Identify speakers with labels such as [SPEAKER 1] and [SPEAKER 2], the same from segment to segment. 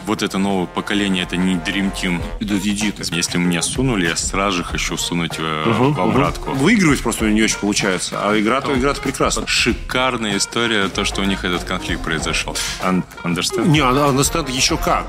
[SPEAKER 1] Вот это новое поколение, это не Dream Team.
[SPEAKER 2] Да иди ты.
[SPEAKER 1] Если мне сунули, я сразу же хочу сунуть в обратку.
[SPEAKER 2] Выигрывать просто не очень получается, а игра-то прекрасна.
[SPEAKER 1] Шикарная история, то, что у них этот конфликт произошел. Understand?
[SPEAKER 2] Не, understand еще как.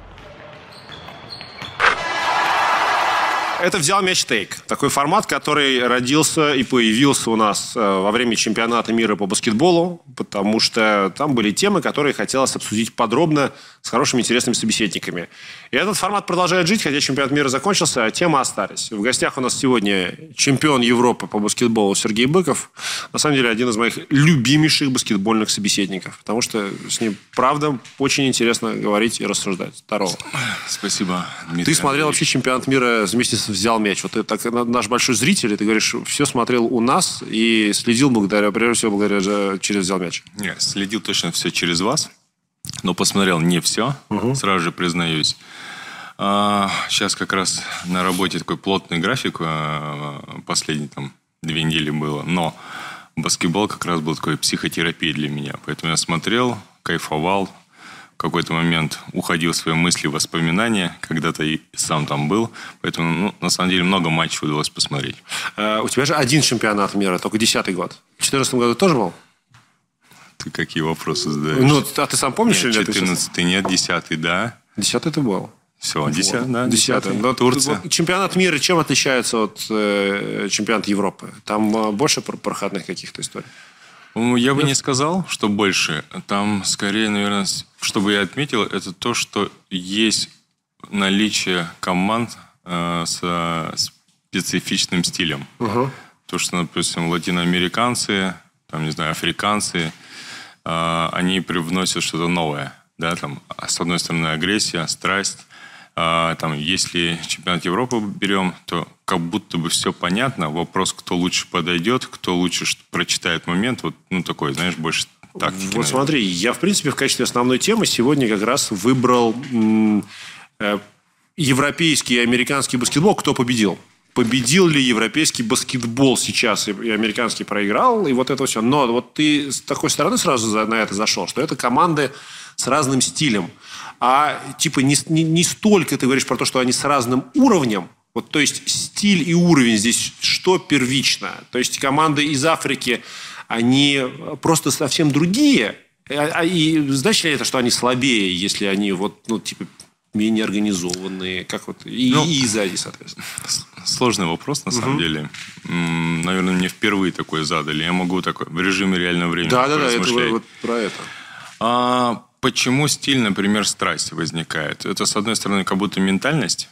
[SPEAKER 2] Это «Взял мяч тейк». Такой формат, который родился и появился у нас во время чемпионата мира по баскетболу, потому что там были темы, которые хотелось обсудить подробно с хорошими, интересными собеседниками. И этот формат продолжает жить, хотя чемпионат мира закончился, а темы остались. В гостях у нас сегодня чемпион Европы по баскетболу Сергей Быков. На самом деле, один из моих любимейших баскетбольных собеседников, потому что с ним, правда, очень интересно говорить и рассуждать. Здорово.
[SPEAKER 1] Спасибо, Дмитрий.
[SPEAKER 2] Ты смотрел вообще чемпионат мира вместе с «Взял мяч». Вот ты так, наш большой зритель, и ты говоришь, все смотрел у нас и следил прежде всего благодаря через «Взял мяч».
[SPEAKER 1] Нет, следил точно все через вас, но посмотрел не все, сразу же признаюсь. Сейчас как раз на работе такой плотный график, последние 2 недели было, но баскетбол как раз был такой психотерапией для меня, поэтому я смотрел, кайфовал. В какой-то момент уходил в свои мысли, воспоминания. Когда-то и сам там был. Поэтому, на самом деле, много матчей удалось посмотреть.
[SPEAKER 2] У тебя же один чемпионат мира, только 10-й год. В 2014 году тоже был?
[SPEAKER 1] Ты какие вопросы задаешь?
[SPEAKER 2] А ты сам помнишь?
[SPEAKER 1] Нет, 14-й нет, 10-й, да.
[SPEAKER 2] 10-й ты был.
[SPEAKER 1] Все, 10-й, да.
[SPEAKER 2] 10-й.
[SPEAKER 1] Турция.
[SPEAKER 2] Чемпионат мира чем отличается от чемпионата Европы? Там больше проходных каких-то историй?
[SPEAKER 1] Я бы не сказал, что больше. Там, скорее, наверное, чтобы я отметил, это то, что есть наличие команд с специфичным стилем. То, что, допустим, латиноамериканцы, африканцы, они привносят что-то новое. Да? С одной стороны, агрессия, страсть. Если чемпионат Европы берем, то как будто бы все понятно. Вопрос, кто лучше подойдет, кто лучше прочитает момент. Такой, знаешь, больше тактики.
[SPEAKER 2] Вот смотри, я, в принципе, в качестве основной темы сегодня как раз выбрал европейский и американский баскетбол. Кто победил? Победил ли европейский баскетбол сейчас? И американский проиграл, и вот это все. Но вот ты с такой стороны сразу на это зашел, что это команды с разным стилем. А не столько ты говоришь про то, что они с разным уровнем. Вот, то есть стиль и уровень здесь что первично? То есть команды из Африки, они просто совсем другие. И значит ли это, что они слабее, если они менее организованные, и из Азии, соответственно?
[SPEAKER 1] Сложный вопрос, на самом деле. Наверное, мне впервые такое задали. Я могу в режиме реального времени поразмышлять.
[SPEAKER 2] Да, это про это.
[SPEAKER 1] Почему стиль, например, страсть возникает? Это, с одной стороны, как будто ментальность.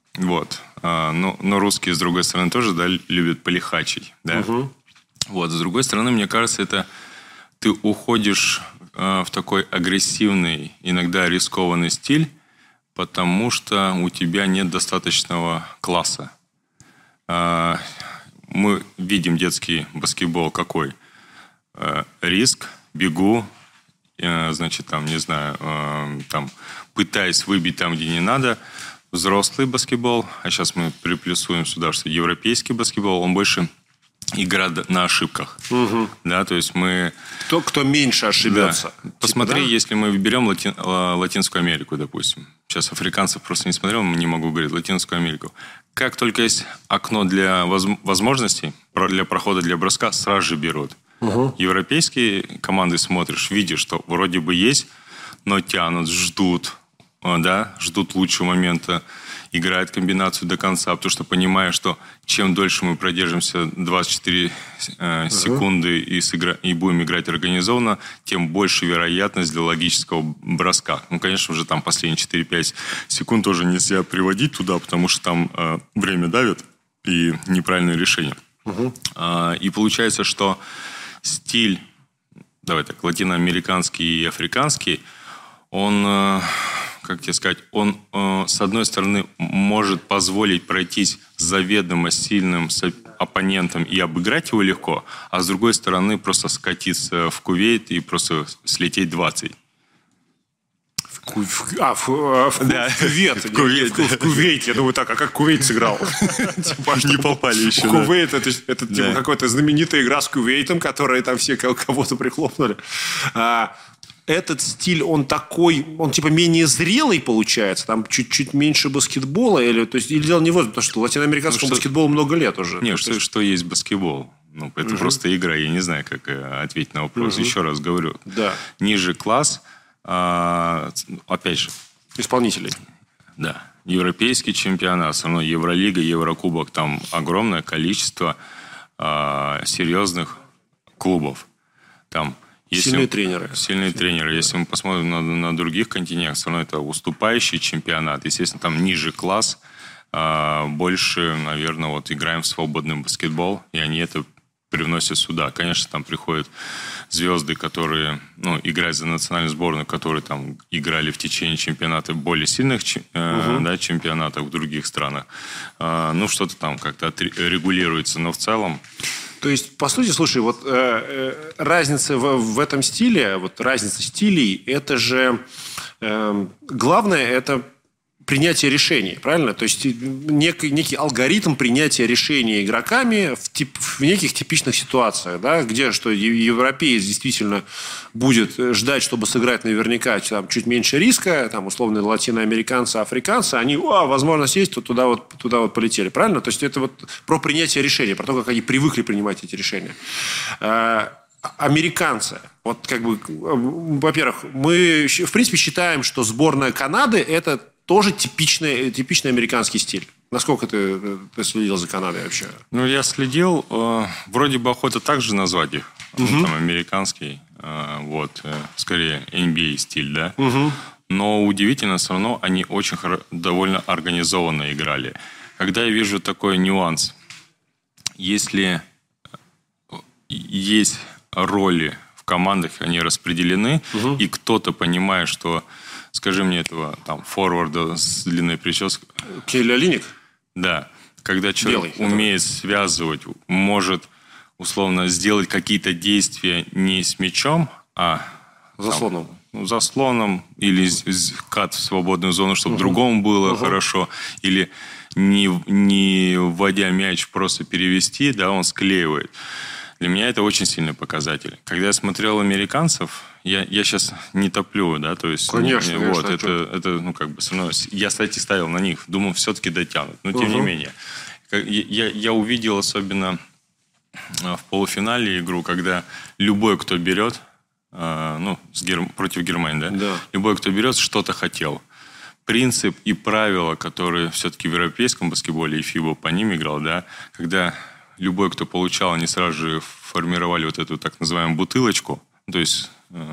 [SPEAKER 1] Но русские, с другой стороны, тоже любят полихачить. Да? С другой стороны, мне кажется, это ты уходишь в такой агрессивный, иногда рискованный стиль, потому что у тебя нет достаточного класса. Мы видим детский баскетбол какой? Риск, бегу, пытаясь выбить там, где не надо. Взрослый баскетбол, а сейчас мы приплюсуем сюда, что европейский баскетбол, он больше игра на ошибках. Да, то есть мы...
[SPEAKER 2] Кто меньше ошибется.
[SPEAKER 1] Да. Посмотри, если мы берем Латинскую Америку, допустим. Сейчас африканцев просто не смотрел, не могу говорить, Латинскую Америку. Как только есть окно для возможностей, для прохода, для броска, сразу же берут. Европейские команды смотришь, видишь, что вроде бы есть, но тянут, ждут лучшего момента, играют комбинацию до конца, потому что понимая, что чем дольше мы продержимся 24 секунды и будем играть организованно, тем больше вероятность для логического броска. Конечно же, там последние 4-5 секунд тоже нельзя приводить туда, потому что там время давит и неправильное решение. И получается, что стиль, латиноамериканский и африканский, он, он, с одной стороны, может позволить пройтись заведомо сильным оппонентом и обыграть его легко, а с другой стороны, просто скатиться в Кувейт и просто слететь 20.
[SPEAKER 2] В Кувейте. Я думаю, а как Кувейт сыграл?
[SPEAKER 1] Не попали еще.
[SPEAKER 2] Кувейт, это какая-то знаменитая игра с Кувейтом, которая там все кого-то прихлопнули. этот стиль, он такой, он типа менее зрелый получается, там чуть-чуть меньше баскетбола, или дело не в этом, потому что латиноамериканскому баскетболу много лет уже.
[SPEAKER 1] Нет, что есть баскетбол? Ну, это просто игра, я не знаю, как ответить на вопрос. Еще раз говорю, ниже класс, опять же...
[SPEAKER 2] Исполнителей.
[SPEAKER 1] Да. Европейский чемпионат, все равно Евролига, Еврокубок, там огромное количество серьезных клубов. Там
[SPEAKER 2] сильные тренеры.
[SPEAKER 1] Сильные тренеры. Если мы посмотрим на других континентах, все равно это уступающий чемпионат. Естественно, там ниже класс, больше, наверное, вот играем в свободный баскетбол, и они это привносят сюда. Конечно, там приходят звезды, которые, играют за национальную сборную, которые там играли в течение чемпионата более сильных чемпионатов в других странах. Что-то там как-то регулируется, но в целом...
[SPEAKER 2] То есть, по сути, слушай, вот разница в этом стиле, вот разница стилей, это же главное, это принятие решений, правильно? То есть, некий алгоритм принятия решений игроками в неких типичных ситуациях, да, где что европеец действительно будет ждать, чтобы сыграть наверняка там, чуть меньше риска, там, условно, латиноамериканцы, африканцы, они, возможность есть, то туда вот полетели, правильно? То есть, это вот про принятие решений, про то, как они привыкли принимать эти решения. Американцы, вот как бы, во-первых, мы, в принципе, считаем, что сборная Канады – это тоже типичный американский стиль. Насколько ты следил за Канадой вообще?
[SPEAKER 1] Я следил. Вроде бы охота также назвать их. Там американский. Скорее NBA стиль, да? Но удивительно, все равно они очень довольно организованно играли. Когда я вижу такой нюанс, если есть роли в командах, они распределены, и кто-то понимает, что... Скажи мне этого там форварда с длинной прической.
[SPEAKER 2] Келли Олейник?
[SPEAKER 1] Да. Когда человек умеет связывать, может условно сделать какие-то действия не с мячом, а
[SPEAKER 2] заслоном.
[SPEAKER 1] Заслоном или кат в свободную зону, чтобы другому было хорошо. Или не вводя мяч, просто перевести, да, он склеивает. Для меня это очень сильный показатель. Когда я смотрел американцев, я сейчас не топлю, да, то есть...
[SPEAKER 2] Конечно,
[SPEAKER 1] вот, это все равно... Я, кстати, ставил на них, думал, все-таки дотянут. Но, тем не менее. Я увидел особенно в полуфинале игру, когда любой, кто берет, против Германии, да? Любой, кто берет, что-то хотел. Принцип и правила, которые все-таки в европейском баскетболе и ФИБА по ним играл, да, когда... Любой, кто получал, они сразу же формировали вот эту так называемую бутылочку, то есть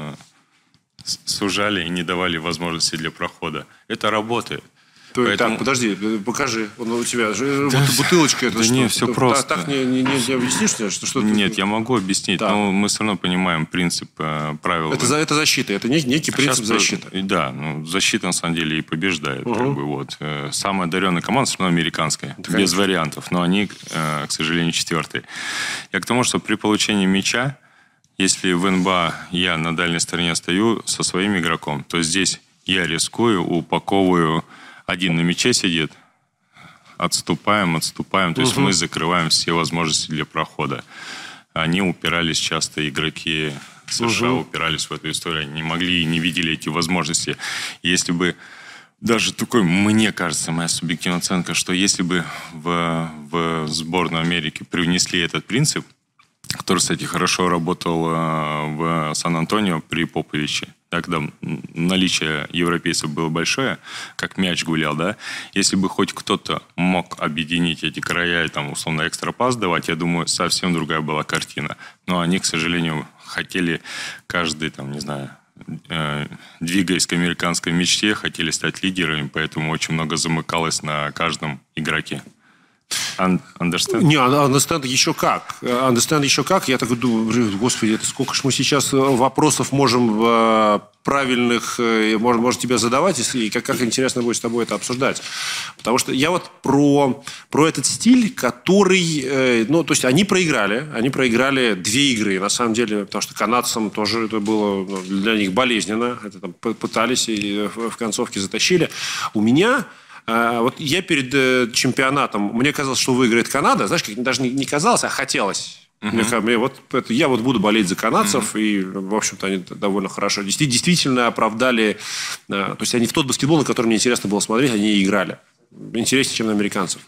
[SPEAKER 1] сужали и не давали возможности для прохода. Это работает.
[SPEAKER 2] Поэтому... Так, подожди, покажи. У тебя же бутылочка. Это что?
[SPEAKER 1] Нет, все просто.
[SPEAKER 2] Так не объяснишь мне? Что
[SPEAKER 1] нет, я могу объяснить, но мы все равно понимаем принцип правил.
[SPEAKER 2] Это защита, это некий принцип защиты.
[SPEAKER 1] Да, защита на самом деле и побеждает. Самая одаренная команда все равно американская, без вариантов, но они, к сожалению, четвертые. Я к тому, что при получении мяча, если в НБА я на дальней стороне стою со своим игроком, то здесь я рискую, упаковываю. Один на мяче сидит, отступаем. То есть мы закрываем все возможности для прохода. Они упирались часто, игроки США упирались в эту историю. Они не могли и не видели эти возможности. Если бы даже такой, мне кажется, моя субъективная оценка, что если бы в сборную Америки привнесли этот принцип, который, кстати, хорошо работал в Сан-Антонио при Поповиче, когда наличие европейцев было большое, как мяч гулял, да, если бы хоть кто-то мог объединить эти края и там, условно, экстра-пас давать, я думаю, совсем другая была картина. Но они, к сожалению, хотели каждый, там, не знаю, двигаясь к американской мечте, хотели стать лидерами, поэтому очень много замыкалось на каждом игроке. Understand?
[SPEAKER 2] Не, understand еще как. Understand еще как. Я так думаю, господи, это сколько ж мы сейчас вопросов можем правильных, может тебя задавать, и как интересно будет с тобой это обсуждать. Потому что я вот про этот стиль, который... то есть они проиграли 2 игры, на самом деле, потому что канадцам тоже это было для них болезненно. Это там пытались и в концовке затащили. У меня... Вот я перед чемпионатом, мне казалось, что выиграет Канада. Знаешь, как даже не казалось, а хотелось. Я вот буду болеть за канадцев, и, в общем-то, они довольно хорошо. Действительно оправдали... То есть они в тот баскетбол, на который мне интересно было смотреть, они и играли. Интереснее, чем на американцев.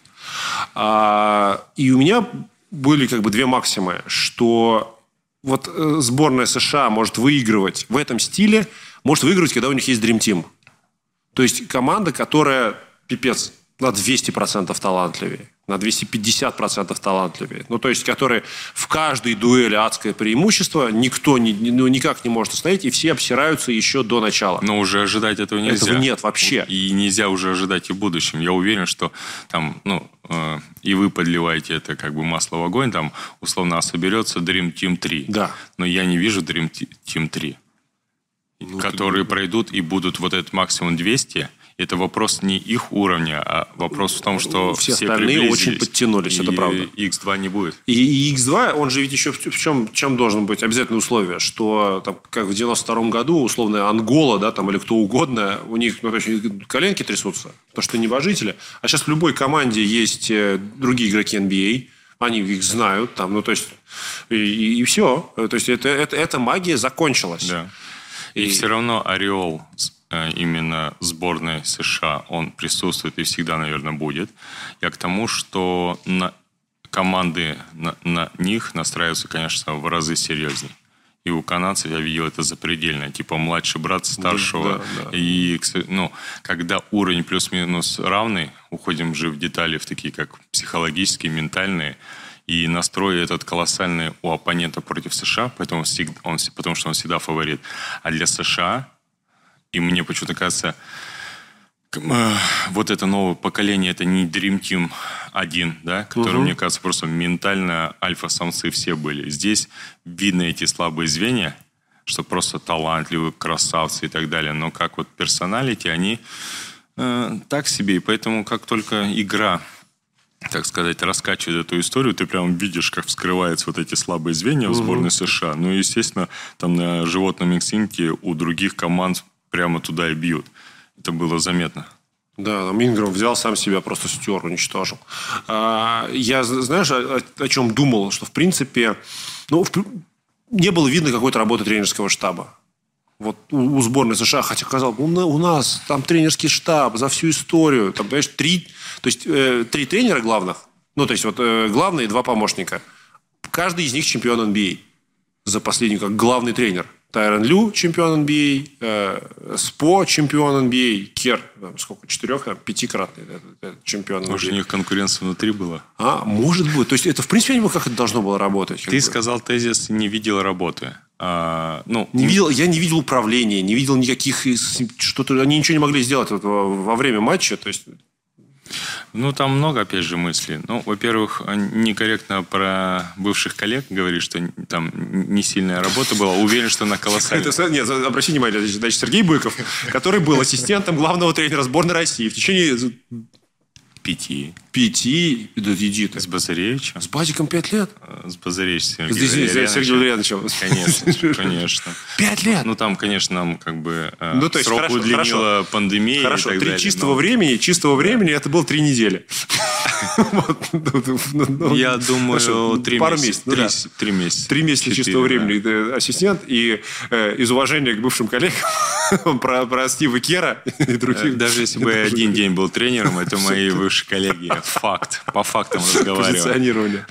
[SPEAKER 2] И у меня были как бы две максимы, что вот сборная США может выигрывать в этом стиле, может выигрывать, когда у них есть Dream Team. То есть команда, которая, пипец, на 200% талантливее, на 250% талантливее. Ну, то есть, которые в каждой дуэли адское преимущество, никто никак не может остановить, и все обсираются еще до начала.
[SPEAKER 1] Но уже ожидать этого нельзя.
[SPEAKER 2] Этого нет вообще.
[SPEAKER 1] И нельзя уже ожидать и в будущем. Я уверен, что там, и вы подливаете это как бы масло в огонь, там, условно, соберется Dream Team 3.
[SPEAKER 2] Да.
[SPEAKER 1] Но я не вижу Dream Team 3, которые пройдут и будут вот этот максимум 200. Это вопрос не их уровня, а вопрос в том, что
[SPEAKER 2] все остальные очень подтянулись, это правда.
[SPEAKER 1] X2 не будет.
[SPEAKER 2] И X2, он же ведь еще в чем должен быть обязательное условие, что там, как в 92-м году, условно, Ангола, да, там, или кто угодно, у них коленки трясутся, потому что небожители. А сейчас в любой команде есть другие игроки NBA, они их знают, там, то есть, и все. То есть, эта магия закончилась.
[SPEAKER 1] Да. И все равно ореол именно сборной США, он присутствует и всегда, наверное, будет. Я к тому, что команды на них настраиваются, конечно, в разы серьезнее. И у канадцев я видел это запредельно. Типа младший брат старшего. Да. И когда уровень плюс-минус равный, уходим же в детали, в такие как психологические, ментальные, и настрой этот колоссальный у оппонента против США, потому что он всегда фаворит. А для США... И мне почему-то кажется, вот это новое поколение, это не Dream Team 1, да, который, мне кажется, просто ментально альфа-самцы все были. Здесь видно эти слабые звенья, что просто талантливые, красавцы и так далее. Но как вот персоналити, они так себе. И поэтому, как только игра, так сказать, раскачивает эту историю, ты прям видишь, как вскрываются вот эти слабые звенья в сборной США. Ну, естественно, там на животном инстинкте у других команд прямо туда и бьют. Это было заметно.
[SPEAKER 2] Да, там Инграм взял, сам себя просто стер, уничтожил. Я, знаешь, о чем думал? Что, в принципе, не было видно какой-то работы тренерского штаба. Вот у сборной США, хотя, казалось бы, у нас там тренерский штаб за всю историю. Там, понимаешь, три тренера главных. Ну, то есть, вот главные и два помощника. Каждый из них чемпион NBA. За последний, как главный тренер. Тайрон Лю, чемпион NBA, Спо, чемпион NBA, Кер, сколько, 5-кратный чемпион NBA.
[SPEAKER 1] Может, у них конкуренция внутри была?
[SPEAKER 2] Может быть. То есть, это, в принципе, я не понимаю, как это должно было работать.
[SPEAKER 1] Ты сказал тезис «не видел работы».
[SPEAKER 2] Я не видел управления, не видел никаких... Они ничего не могли сделать во время матча. То есть...
[SPEAKER 1] Там много, опять же, мыслей. Во-первых, некорректно про бывших коллег говорить, что там не сильная работа была. Уверен, что она колоссальная.
[SPEAKER 2] Нет, обрати внимание, значит, Сергей Быков, который был ассистентом главного тренера сборной России в течение... 5. Да иди ты.
[SPEAKER 1] С Базаревичем.
[SPEAKER 2] С Базиком 5 лет?
[SPEAKER 1] С Базаревичем.
[SPEAKER 2] Сергеем Валерьяновичем.
[SPEAKER 1] Конечно.
[SPEAKER 2] 5 лет?
[SPEAKER 1] Там, конечно, нам как бы срок удлинила пандемия.
[SPEAKER 2] Хорошо, 3 чистого времени это было 3 недели.
[SPEAKER 1] Я думаю, 3 месяца.
[SPEAKER 2] 3 месяца чистого времени ассистент. И из уважения к бывшим коллегам про Стива Кера и других.
[SPEAKER 1] Даже если бы я один день был тренером, это мои бывшие коллеги. Факт. По фактам разговариваю.
[SPEAKER 2] Позиционирование.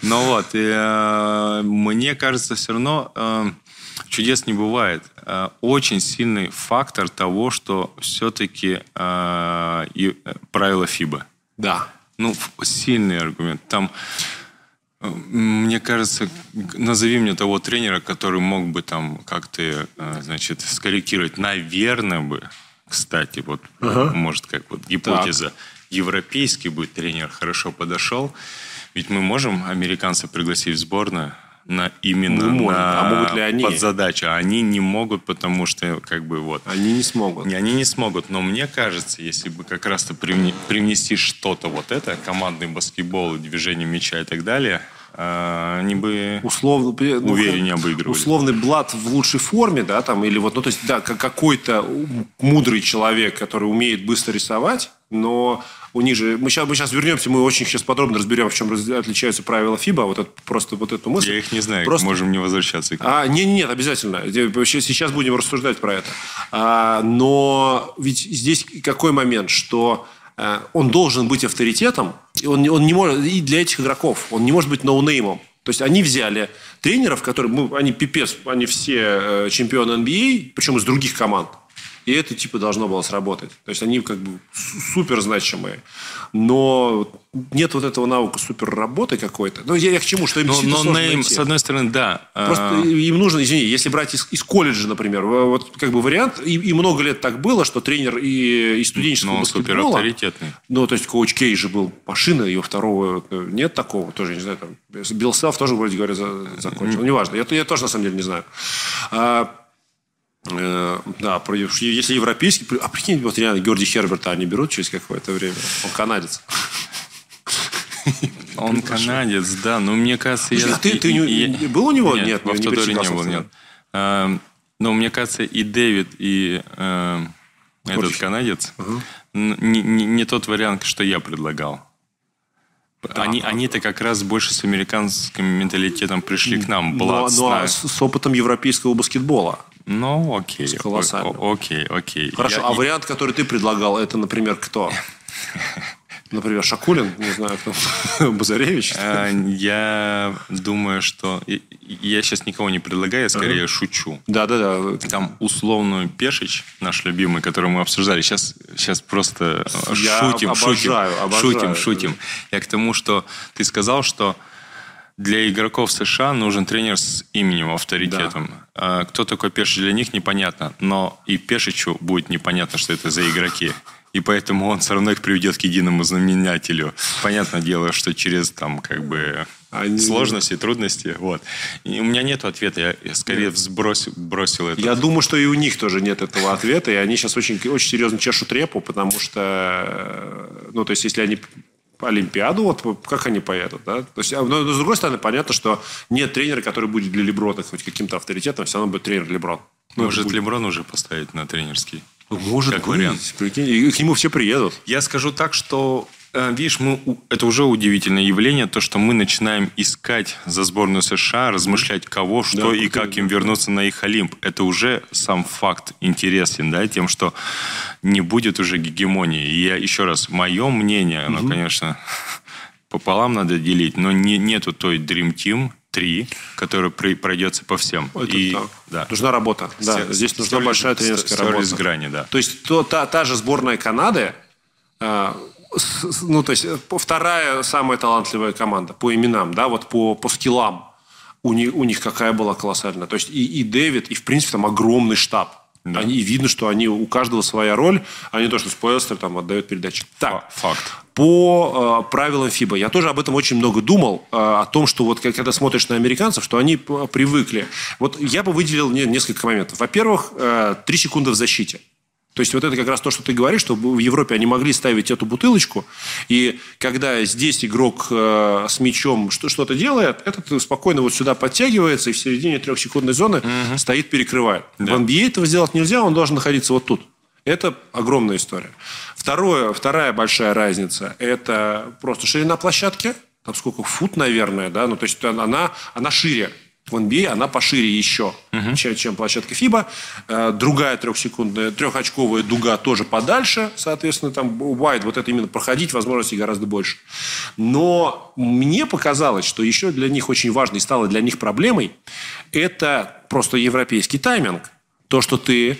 [SPEAKER 1] Мне кажется, все равно чудес не бывает. Очень сильный фактор того, что все-таки правила ФИБА.
[SPEAKER 2] Да.
[SPEAKER 1] Сильный аргумент. Там, мне кажется, назови мне того тренера, который мог бы там как-то, скорректировать. Наверное бы, кстати, может, как гипотеза. Так. Европейский бы тренер хорошо подошел. Ведь мы можем американцев пригласить в сборную
[SPEAKER 2] могут ли они?
[SPEAKER 1] Под задачу. А они не могут, потому что
[SPEAKER 2] Они не смогут.
[SPEAKER 1] Они не смогут. Но мне кажется, если бы как раз-то привнести что-то командный баскетбол, движение мяча и так далее, они бы
[SPEAKER 2] условно,
[SPEAKER 1] увереннее обыгрывали.
[SPEAKER 2] Условный Блат в лучшей форме, да, там, или вот, ну, то есть, да, какой-то мудрый человек, который умеет быстро рисовать, но у них же... Мы сейчас вернемся, мы очень сейчас подробно разберем, в чем отличаются правила ФИБА, просто вот эту мысль.
[SPEAKER 1] Я их не знаю,
[SPEAKER 2] просто...
[SPEAKER 1] можем не возвращаться.
[SPEAKER 2] Нет, обязательно. Сейчас будем рассуждать про это. Но ведь здесь какой момент, что он должен быть авторитетом, он не может, и для этих игроков, он не может быть ноунеймом. То есть они взяли тренеров, которые, они пипец, они все чемпионы NBA, причем из других команд. И это типа должно было сработать. То есть они как бы супер значимые. Но нет вот этого навыка супер работы какой-то. Ну, я к чему? Что им действительно сложно найти.
[SPEAKER 1] С одной стороны, да.
[SPEAKER 2] Просто им нужно, извини, если брать из колледжа, например, вот как бы вариант, и много лет так было, что тренер и студенческого баскетбола...
[SPEAKER 1] супер авторитетный.
[SPEAKER 2] Ну, то есть коуч Кей же был машина, его второго нет такого, тоже, не знаю, там, Билл Селф тоже, вроде говоря, закончил. Ну, неважно, я тоже, на самом деле, не знаю. Да, если европейский... А прикинь, вот реально Георги Херберта они берут через какое-то время. Он канадец.
[SPEAKER 1] Он канадец, да. Но мне кажется...
[SPEAKER 2] Ты был у него? Нет,
[SPEAKER 1] в Автодоре не был, нет. Но мне кажется, и Дэвид, и этот канадец не тот вариант, что я предлагал. Да, они-то как раз больше с американским менталитетом пришли к нам.
[SPEAKER 2] Но с опытом европейского баскетбола.
[SPEAKER 1] Ну, окей.
[SPEAKER 2] Колоссально.
[SPEAKER 1] Окей.
[SPEAKER 2] Хорошо, вариант, который ты предлагал, это, например, кто? Например, Шакулин, не знаю, кто. Базаревич?
[SPEAKER 1] Я думаю, что... Я сейчас никого не предлагаю, я скорее шучу.
[SPEAKER 2] Да.
[SPEAKER 1] Там условную Пешич, наш любимый, который мы обсуждали, сейчас просто шутим. Я к тому, что ты сказал, что для игроков США нужен тренер с именем, авторитетом. Да. Кто такой Пешич для них, непонятно. Но и Пешичу будет непонятно, что это за игроки. И поэтому он все равно их приведет к единому знаменателю. Понятное дело, что через там как бы сложности, трудности. Вот. И у меня нет ответа. Я скорее бросил это.
[SPEAKER 2] Я думаю, что и у них тоже нет этого ответа. И они сейчас очень, очень серьезно чешут репу, потому что, ну, то есть, если они Олимпиаду, вот как они поедут, да? То есть, но с другой стороны, понятно, что нет тренера, который будет для Леброна хоть каким-то авторитетом, все равно будет тренер Леброн.
[SPEAKER 1] Может, Леброн уже поставить на тренерский?
[SPEAKER 2] Может как быть, вариант. Прикинь, и к нему все приедут.
[SPEAKER 1] Я скажу так, что, видишь, это уже удивительное явление, то, что мы начинаем искать за сборную США, размышлять, кого, что и как им вернуться на их Олимп. Это уже сам факт интересен, да, тем, что не будет уже гегемонии. И я еще раз, мое мнение, оно, конечно, пополам надо делить, но нету той Dream Team 3, которая пройдется по всем.
[SPEAKER 2] Да. Нужна работа. Здесь нужна большая тренерская работа.
[SPEAKER 1] С грани, да.
[SPEAKER 2] То есть та же сборная Канады, ну, то есть вторая самая талантливая команда по именам, да, вот по скиллам у них какая была колоссальная. То есть и Дэвид, и в принципе там огромный штаб. Да. И видно, что у каждого своя роль, а не то, что Спойлстер там отдает передачи. Так,
[SPEAKER 1] факт.
[SPEAKER 2] По правилам ФИБА. Я тоже об этом очень много думал, о том, что вот когда смотришь на американцев, что они привыкли. Вот я бы выделил несколько моментов. Во-первых, 3 секунды в защите. То есть вот это как раз то, что ты говоришь, что в Европе они могли ставить эту бутылочку, и когда здесь игрок с мячом что-то делает, этот спокойно вот сюда подтягивается и в середине 3-секундной зоны стоит, перекрывает. Да. В NBA этого сделать нельзя, он должен находиться вот тут. Это огромная история. Вторая большая разница – это просто ширина площадки. Там сколько? Фут, наверное, да? Ну, то есть она шире. В NBA она пошире еще, чем площадка ФИБА. Другая 3-очковая дуга тоже подальше. Соответственно, там wide, вот это именно проходить возможностей гораздо больше. Но мне показалось, что еще для них очень важно и стало для них проблемой, это просто европейский тайминг. То, что ты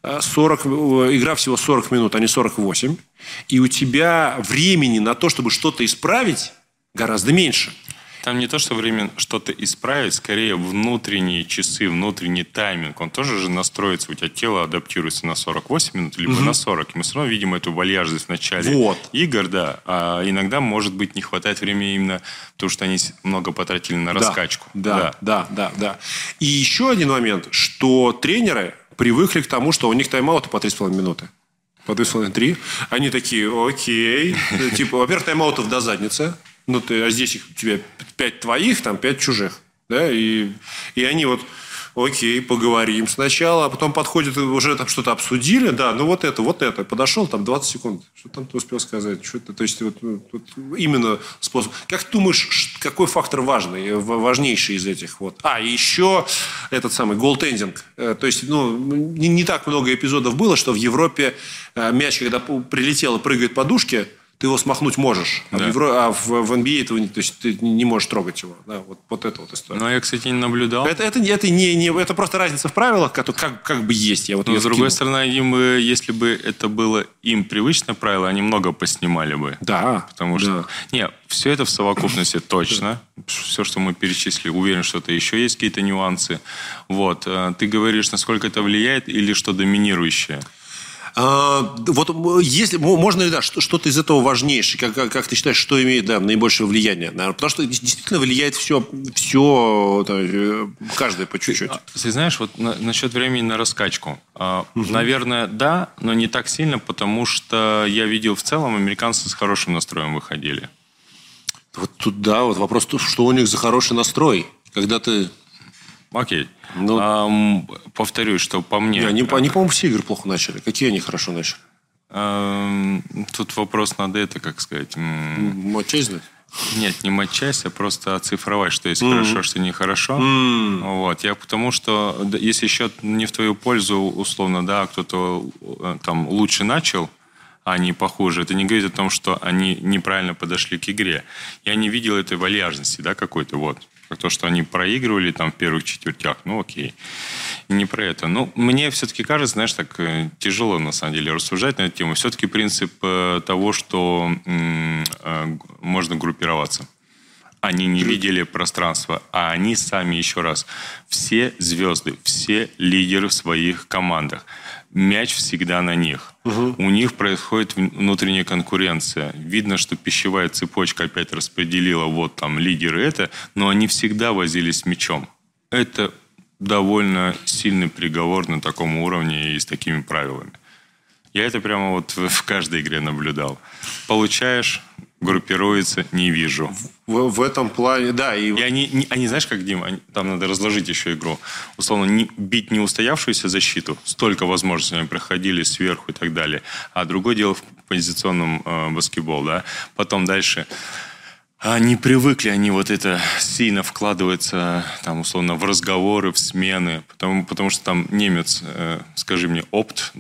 [SPEAKER 2] игра всего 40 минут, а не 48. И у тебя времени на то, чтобы что-то исправить, гораздо меньше.
[SPEAKER 1] Там не то, что время что-то исправить, скорее внутренние часы, внутренний тайминг. Он тоже же настроится, у тебя тело адаптируется на 48 минут, либо на 40. И мы все равно видим эту вальяжность в начале игр, да. А иногда, может быть, не хватает времени именно потому, что они много потратили на раскачку.
[SPEAKER 2] Да. И еще один момент, что тренеры привыкли к тому, что у них тайм-ауты по 3,5 минуты. По 2,5-3. Они такие, окей. Типа, во-первых, тайм-аутов до задницы. Ну, а здесь у тебя 5 твоих, там 5 чужих. Да? И они вот, окей, поговорим сначала, а потом подходят, уже там что-то обсудили, да, ну вот это. Подошел, там 20 секунд. Что там ты успел сказать? Что-то, то есть, вот именно способ. Как ты думаешь, какой фактор важнейший из этих? Вот. И еще этот самый голтендинг. То есть, не так много эпизодов было, что в Европе мяч, когда прилетел и прыгает по подушке, ты его смахнуть можешь. Да. В NBA этого то есть, ты не можешь трогать его. Да, вот это вот история.
[SPEAKER 1] Но я, кстати, не наблюдал.
[SPEAKER 2] Это просто разница в правилах, как бы есть. Я вот
[SPEAKER 1] но, с другой стороны, если бы это было им привычное правило, они много поснимали бы.
[SPEAKER 2] Да.
[SPEAKER 1] Потому что... все это в совокупности точно. Все, что мы перечислили, уверен, что это еще есть какие-то нюансы. Вот. Ты говоришь, насколько это влияет или что доминирующее?
[SPEAKER 2] Вот если можно ли что-то из этого важнейшее, как ты считаешь, что имеет наибольшее влияние? Наверное, потому что действительно влияет все каждое по чуть-чуть.
[SPEAKER 1] Ты знаешь, вот насчет времени на раскачку. Наверное, да, но не так сильно, потому что я видел в целом американцы с хорошим настроем выходили.
[SPEAKER 2] Вот тут вот вопрос, что у них за хороший настрой, когда ты...
[SPEAKER 1] Окей. Повторюсь, что по мне...
[SPEAKER 2] Они, по-моему, все игры плохо начали. Какие они хорошо начали?
[SPEAKER 1] Тут вопрос надо как сказать...
[SPEAKER 2] Матчасть знать?
[SPEAKER 1] Нет, не матчасть, а просто оцифровать, что есть хорошо, что нехорошо. Вот. Я потому что, если счет не в твою пользу, условно, да, кто-то там лучше начал, а не похуже, это не говорит о том, что они неправильно подошли к игре. Я не видел этой вальяжности, да, какой-то вот. То, что они проигрывали там в первых четвертях, окей. Не про это. Мне все-таки кажется, знаешь, так тяжело на самом деле рассуждать на эту тему. Все-таки принцип того, что можно группироваться. Они не видели пространства, а они сами, еще раз, все звезды, все лидеры в своих командах. Мяч всегда на них. У них происходит внутренняя конкуренция. Видно, что пищевая цепочка опять распределила вот там лидеры но они всегда возились с мячом. Это довольно сильный приговор на таком уровне и с такими правилами. Я это прямо вот в каждой игре наблюдал. Получаешь, группируется, не вижу.
[SPEAKER 2] В этом плане, да.
[SPEAKER 1] И они, знаешь, как, Дим, там надо разложить еще игру. Условно, бить неустоявшуюся защиту. Столько возможностей они проходили сверху и так далее. А другое дело в позиционном баскетбол, да. Потом дальше... Не привыкли они вот это сильно вкладываться, там, условно, в разговоры, в смены. Потому что там немец, скажи мне, Обст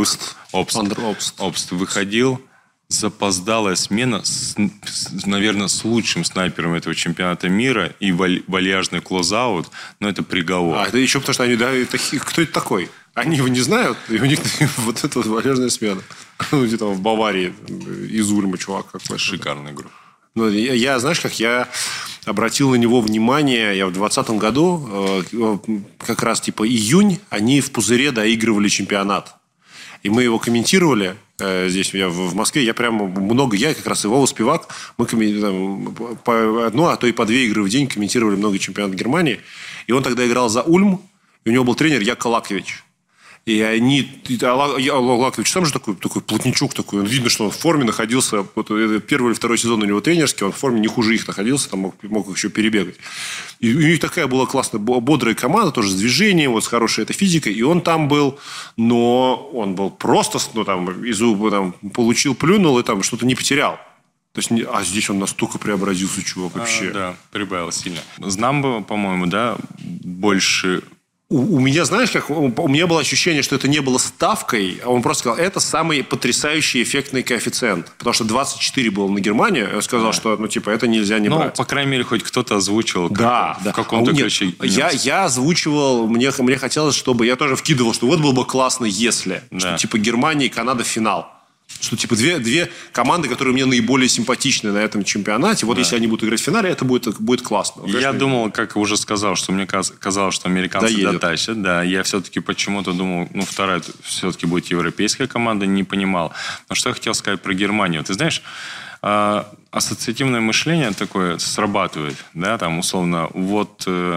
[SPEAKER 1] выходил... Запоздалая смена, наверное, с лучшим снайпером этого чемпионата мира и вальяжный клоузаут, но это приговор.
[SPEAKER 2] Это еще потому, что они, кто это такой? Они его не знают, и у них вот эта вальяжная смена. Где-то в Баварии, из Ульма чувак какой-то.
[SPEAKER 1] Шикарная игра.
[SPEAKER 2] Я, знаешь, как я обратил на него внимание, я в 2020 году, как раз типа июнь, они в пузыре доигрывали чемпионат. И мы его комментировали здесь, в Москве. Я как раз и Вова Спивак, мы по одну, а то и по 2 игры в день комментировали много чемпионатов Германии. И он тогда играл за Ульм, и у него был тренер Яко Лакович. И Лакович сам же такой плотничок такой. Он видно, что он в форме находился. Вот, первый или второй сезон у него тренерский, он в форме не хуже их находился, там мог их еще перебегать. И у них такая была классная, бодрая команда, тоже с движением, вот, с хорошей этой физикой. И он там был, но он был просто, получил, плюнул и там что-то не потерял. То есть, здесь он настолько преобразился, чувак, вообще.
[SPEAKER 1] Да, прибавил сильно. Знамбо, по-моему, да, больше...
[SPEAKER 2] У меня, знаешь, у меня было ощущение, что это не было ставкой, а он просто сказал, это самый потрясающий эффектный коэффициент. Потому что 24 было на Германию, я сказал, что это нельзя не брать.
[SPEAKER 1] По крайней мере, хоть кто-то озвучил
[SPEAKER 2] в
[SPEAKER 1] каком-то ключе.
[SPEAKER 2] Я озвучивал, мне хотелось, чтобы я тоже вкидывал, что вот было бы классно, если. Что Германия и Канада в финал. Что две команды, которые мне наиболее симпатичны на этом чемпионате. Вот если они будут играть в финале, это будет классно.
[SPEAKER 1] Я думал, как уже сказал, что мне казалось, что американцы дотащат. Да, я все-таки почему-то думал, вторая все-таки будет европейская команда, не понимал. Но что я хотел сказать про Германию. Ты знаешь, ассоциативное мышление такое срабатывает, да, там условно, вот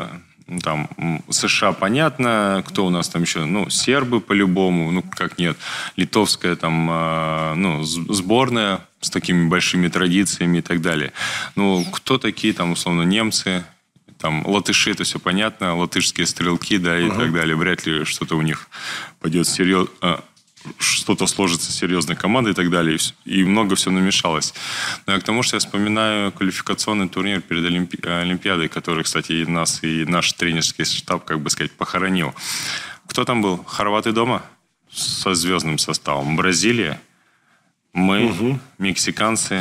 [SPEAKER 1] Там США, понятно, кто у нас там еще, ну, сербы по-любому, ну, как нет, литовская там, ну, сборная с такими большими традициями и так далее. Ну, кто такие там, условно, немцы, там, латыши, это все понятно, латышские стрелки, да, и так далее. Вряд ли что-то у них пойдет серьезно, что-то сложится серьезной командой и так далее. И много все намешалось. Но я к тому, что я вспоминаю квалификационный турнир перед Олимпиадой, который, кстати, и нас, и наш тренерский штаб, как бы сказать, похоронил. Кто там был? Хорваты дома со звездным составом. Бразилия, мы, мексиканцы.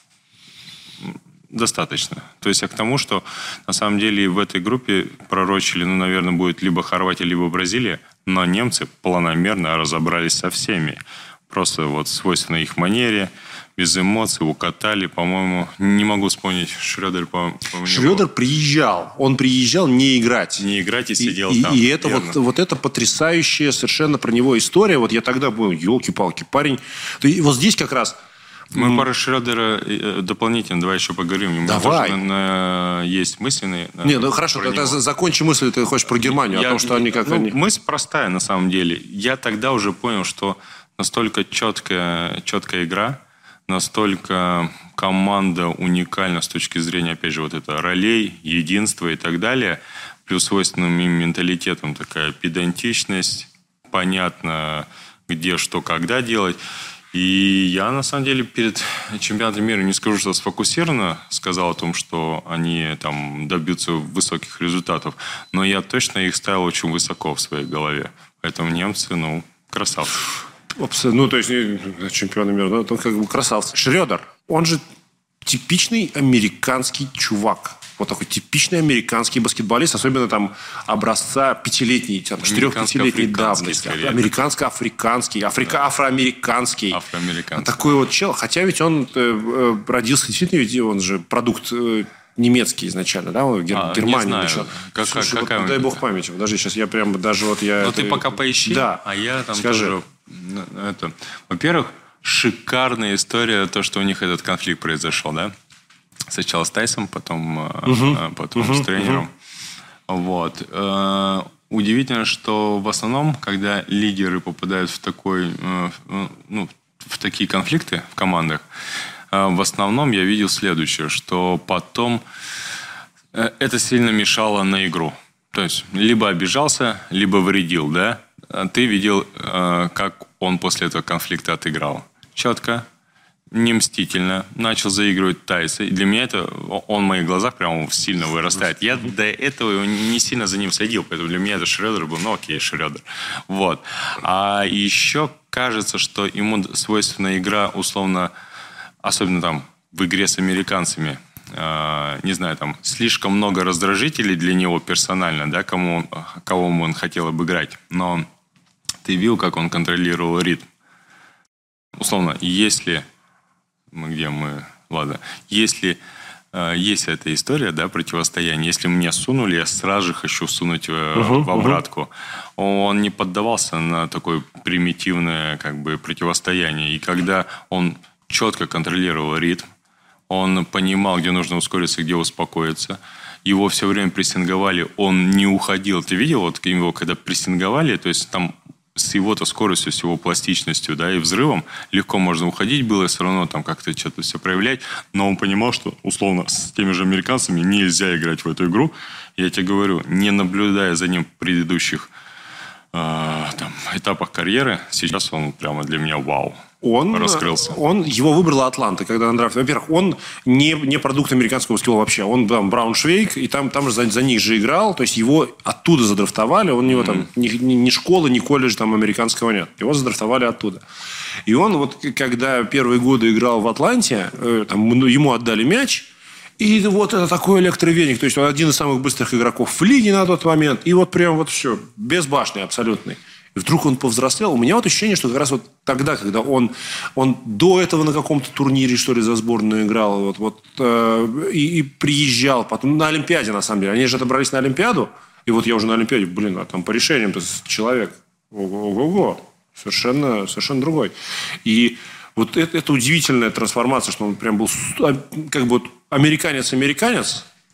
[SPEAKER 1] Достаточно. То есть я к тому, что на самом деле в этой группе пророчили, ну, наверное, будет либо Хорватия, либо Бразилия, но немцы планомерно разобрались со всеми. Просто вот свойственно их манере, без эмоций, укатали, по-моему, не могу вспомнить, Шрёдер, по-моему...
[SPEAKER 2] Шрёдер приезжал. Он приезжал не играть.
[SPEAKER 1] Не играть и сидел там.
[SPEAKER 2] И это вот это потрясающая совершенно про него история. Вот я тогда был, елки-палки, парень. Вот здесь как раз...
[SPEAKER 1] Мы про Шрёдера дополнительно давай еще поговорим.
[SPEAKER 2] Давай.
[SPEAKER 1] Есть мысленные...
[SPEAKER 2] Не, ну хорошо, тогда закончи мысль, ты хочешь про Германию, о том, что они как...
[SPEAKER 1] Мысль простая, на самом деле. Я тогда уже понял, что настолько четкая игра, настолько команда уникальна с точки зрения, опять же, вот это ролей, единства и так далее, плюс свойственным им менталитетом такая педантичность, понятно, где, что, когда делать. И я, на самом деле, перед чемпионатом мира, не скажу, что сфокусированно сказал о том, что они там добьются высоких результатов, но я точно их ставил очень высоко в своей голове. Поэтому немцы, ну, красавцы.
[SPEAKER 2] Ну, то есть, чемпионы мира, ну, это как бы красавцы. Шрёдер, он же типичный американский чувак. Вот такой типичный американский баскетболист, особенно там образца пятилетней, 4-5-летней давности. Американско-африканский, афроамериканский. Такой вот чел. Хотя ведь он родился, действительно, ведь он же продукт немецкий изначально, да? Германия.
[SPEAKER 1] Не знаю.
[SPEAKER 2] Слушай, вот, дай бог памяти. Подожди, сейчас я прям даже вот я...
[SPEAKER 1] Ну, ты пока поищи,
[SPEAKER 2] да.
[SPEAKER 1] А я там
[SPEAKER 2] Скажи.
[SPEAKER 1] тоже... Во-первых, шикарная история, то, что у них этот конфликт произошел, да? Сначала с Тайсом, потом с тренером. Вот. Удивительно, что в основном, когда лидеры попадают в такие конфликты в командах, в основном я видел следующее, что потом это сильно мешало на игру. То есть, либо обижался, либо вредил, да? Ты видел, как он после этого конфликта отыграл. Четко. Не мстительно, начал заигрывать Тайса. И для меня это, он в моих глазах прямо сильно вырастает. Я до этого не сильно за ним следил, поэтому для меня это Шрёдер был, ну окей, Шрёдер. Вот. А еще кажется, что ему свойственна игра, условно, особенно там в игре с американцами, не знаю, там слишком много раздражителей для него персонально, да, кого он хотел обыграть. Но ты видел, как он контролировал ритм. Условно, если... Если есть эта история, да, противостояния, если мне сунули, я сразу же хочу сунуть в обратку. Он не поддавался на такое примитивное как бы противостояние. И когда он четко контролировал ритм, он понимал, где нужно ускориться, где успокоиться. Его все время прессинговали, он не уходил. Ты видел, вот его когда прессинговали, то есть там с его-то скоростью, с его пластичностью, да, и взрывом легко можно уходить было, все равно там как-то что-то все проявлять, но он понимал, что, условно, с теми же американцами нельзя играть в эту игру. Я тебе говорю, не наблюдая за ним в предыдущих этапах карьеры, сейчас он прямо для меня вау. Раскрылся.
[SPEAKER 2] Его выбрала Атланта, когда на драфте. Во-первых, он не продукт американского баскетбола вообще. Он там Брауншвейг, и там же за них же играл. То есть его оттуда задрафтовали. У него там ни школы, ни колледжа там американского нет. Его задрафтовали оттуда. И он вот, когда первые годы играл в Атланте, ему отдали мяч, и вот это такой электровеник. То есть он один из самых быстрых игроков в лиге на тот момент. И вот прям вот все, безбашенный абсолютный. И вдруг он повзрослел. У меня вот ощущение, что как раз вот тогда, когда он до этого на каком-то турнире, что ли, за сборную играл, и приезжал потом на Олимпиаде, на самом деле. Они же отобрались на Олимпиаду. И вот я уже на Олимпиаде, а там по решениям-то человек. Ого-го. Совершенно другой. И вот это удивительная трансформация, что он прям был как бы вот американец-американец,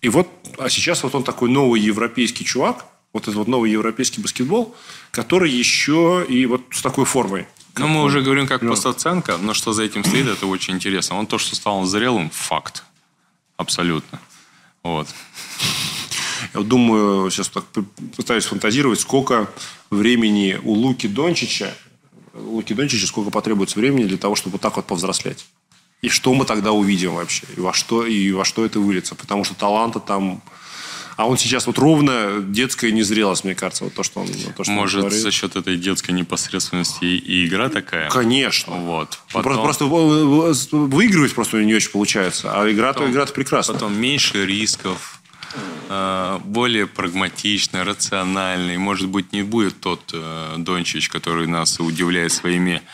[SPEAKER 2] И вот, а сейчас вот он такой новый европейский чувак, вот этот вот новый европейский баскетбол, который еще и вот с такой формой.
[SPEAKER 1] Ну, мы уже говорим как поставценко, но что за этим стоит, это очень интересно. Он то, что стал зрелым, факт. Абсолютно. Вот.
[SPEAKER 2] Я думаю, сейчас так пытаюсь фантазировать, сколько времени у Луки Дончича, сколько потребуется времени для того, чтобы вот так вот повзрослеть. И что мы тогда увидим вообще? И во что это выльется? Потому что таланта там... А он сейчас вот ровно детская незрелость, мне кажется. Вот то, что он
[SPEAKER 1] может, за счет этой детской непосредственности и игра такая?
[SPEAKER 2] Конечно.
[SPEAKER 1] Вот.
[SPEAKER 2] Потом... Просто выигрывать просто не очень получается. А игра-то прекрасная.
[SPEAKER 1] Потом меньше рисков, более прагматичный, рациональный. Может быть, не будет тот Дончич, который нас удивляет своими...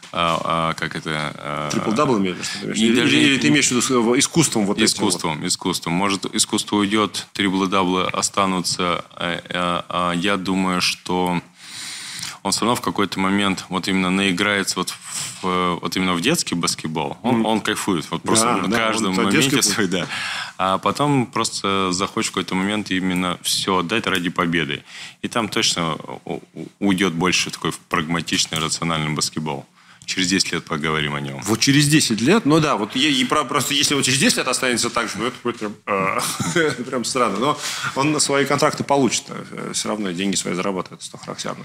[SPEAKER 2] Трипл-дабл имеешь? Или ты имеешь в виду искусством? Вот
[SPEAKER 1] искусством. Может, искусство уйдет, трипл-даблы останутся. Я думаю, что он все равно в какой-то момент вот именно наиграется вот именно в детский баскетбол. Он кайфует. Вот просто на каждом моменте свой, да. А потом просто захочет в какой-то момент именно все отдать ради победы. И там точно уйдет больше такой прагматичный, рациональный баскетбол. Через 10 лет поговорим о нем.
[SPEAKER 2] Вот через 10 лет? Ну да, вот просто если он через 10 лет останется так же, ну это будет прям странно. Но он свои контракты получит. Все равно деньги свои зарабатывает, это характерно.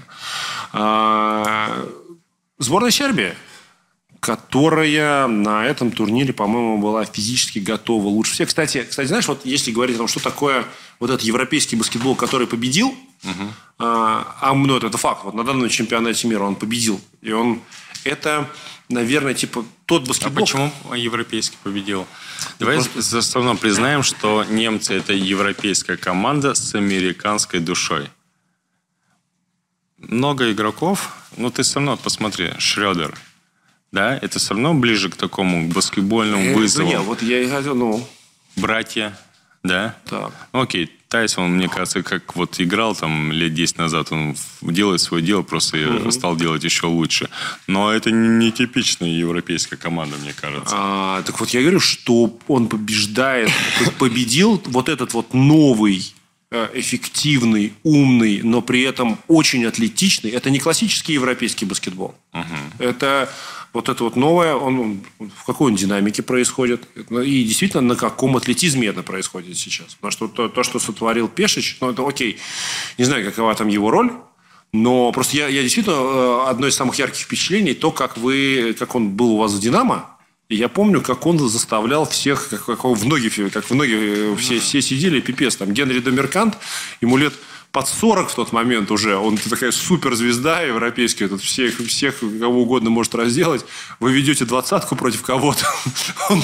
[SPEAKER 2] Сборная Сербии, которая на этом турнире, по-моему, была физически готова лучше всех. Кстати, знаешь, вот если говорить о том, что такое вот этот европейский баскетбол, который победил, ну, это факт. Вот на данном чемпионате мира он победил. И он... Это, наверное, типа тот баскетбол...
[SPEAKER 1] А почему европейский победил? Давай все равно признаем, что немцы – это европейская команда с американской душой. Много игроков, но ты все равно посмотри, Шрёдер, да, это все равно ближе к такому баскетбольному вызову.
[SPEAKER 2] Нет, вот я и хотел,
[SPEAKER 1] Братья, да?
[SPEAKER 2] Так.
[SPEAKER 1] Окей, Тайсон, мне кажется, как вот играл там лет 10 назад, он делает свое дело, просто стал делать еще лучше. Но это не типичная европейская команда, мне кажется.
[SPEAKER 2] Так вот я говорю, что он победил вот этот вот новый, эффективный, умный, но при этом очень атлетичный. Это не классический европейский баскетбол. Это вот новое, в какой он динамике происходит. И действительно, на каком атлетизме это происходит сейчас. Потому что то, что сотворил Пешич, это окей. Не знаю, какова там его роль. Но просто я действительно... Одно из самых ярких впечатлений, то, как он был у вас в «Динамо». И я помню, как он заставлял всех, как в ноги все сидели, пипец. Там Генри Домеркант, ему лет под 40 в тот момент уже. Он такая суперзвезда европейская. Тут всех кого угодно может разделать. Вы ведете 20-ку против кого-то. Он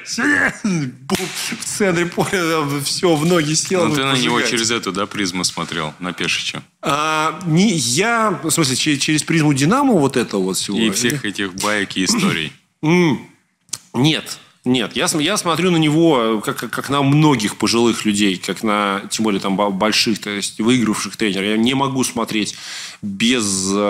[SPEAKER 2] в центре поля все в ноги сел.
[SPEAKER 1] Но ты на него через эту призму смотрел, на Пешича?
[SPEAKER 2] Я, в смысле, через призму «Динамо» вот этого вот всего.
[SPEAKER 1] И всех этих баек и историй.
[SPEAKER 2] Нет. Я смотрю на него как на многих пожилых людей, как на, тем более, там, больших, то есть выигравших тренеров. Я не могу смотреть без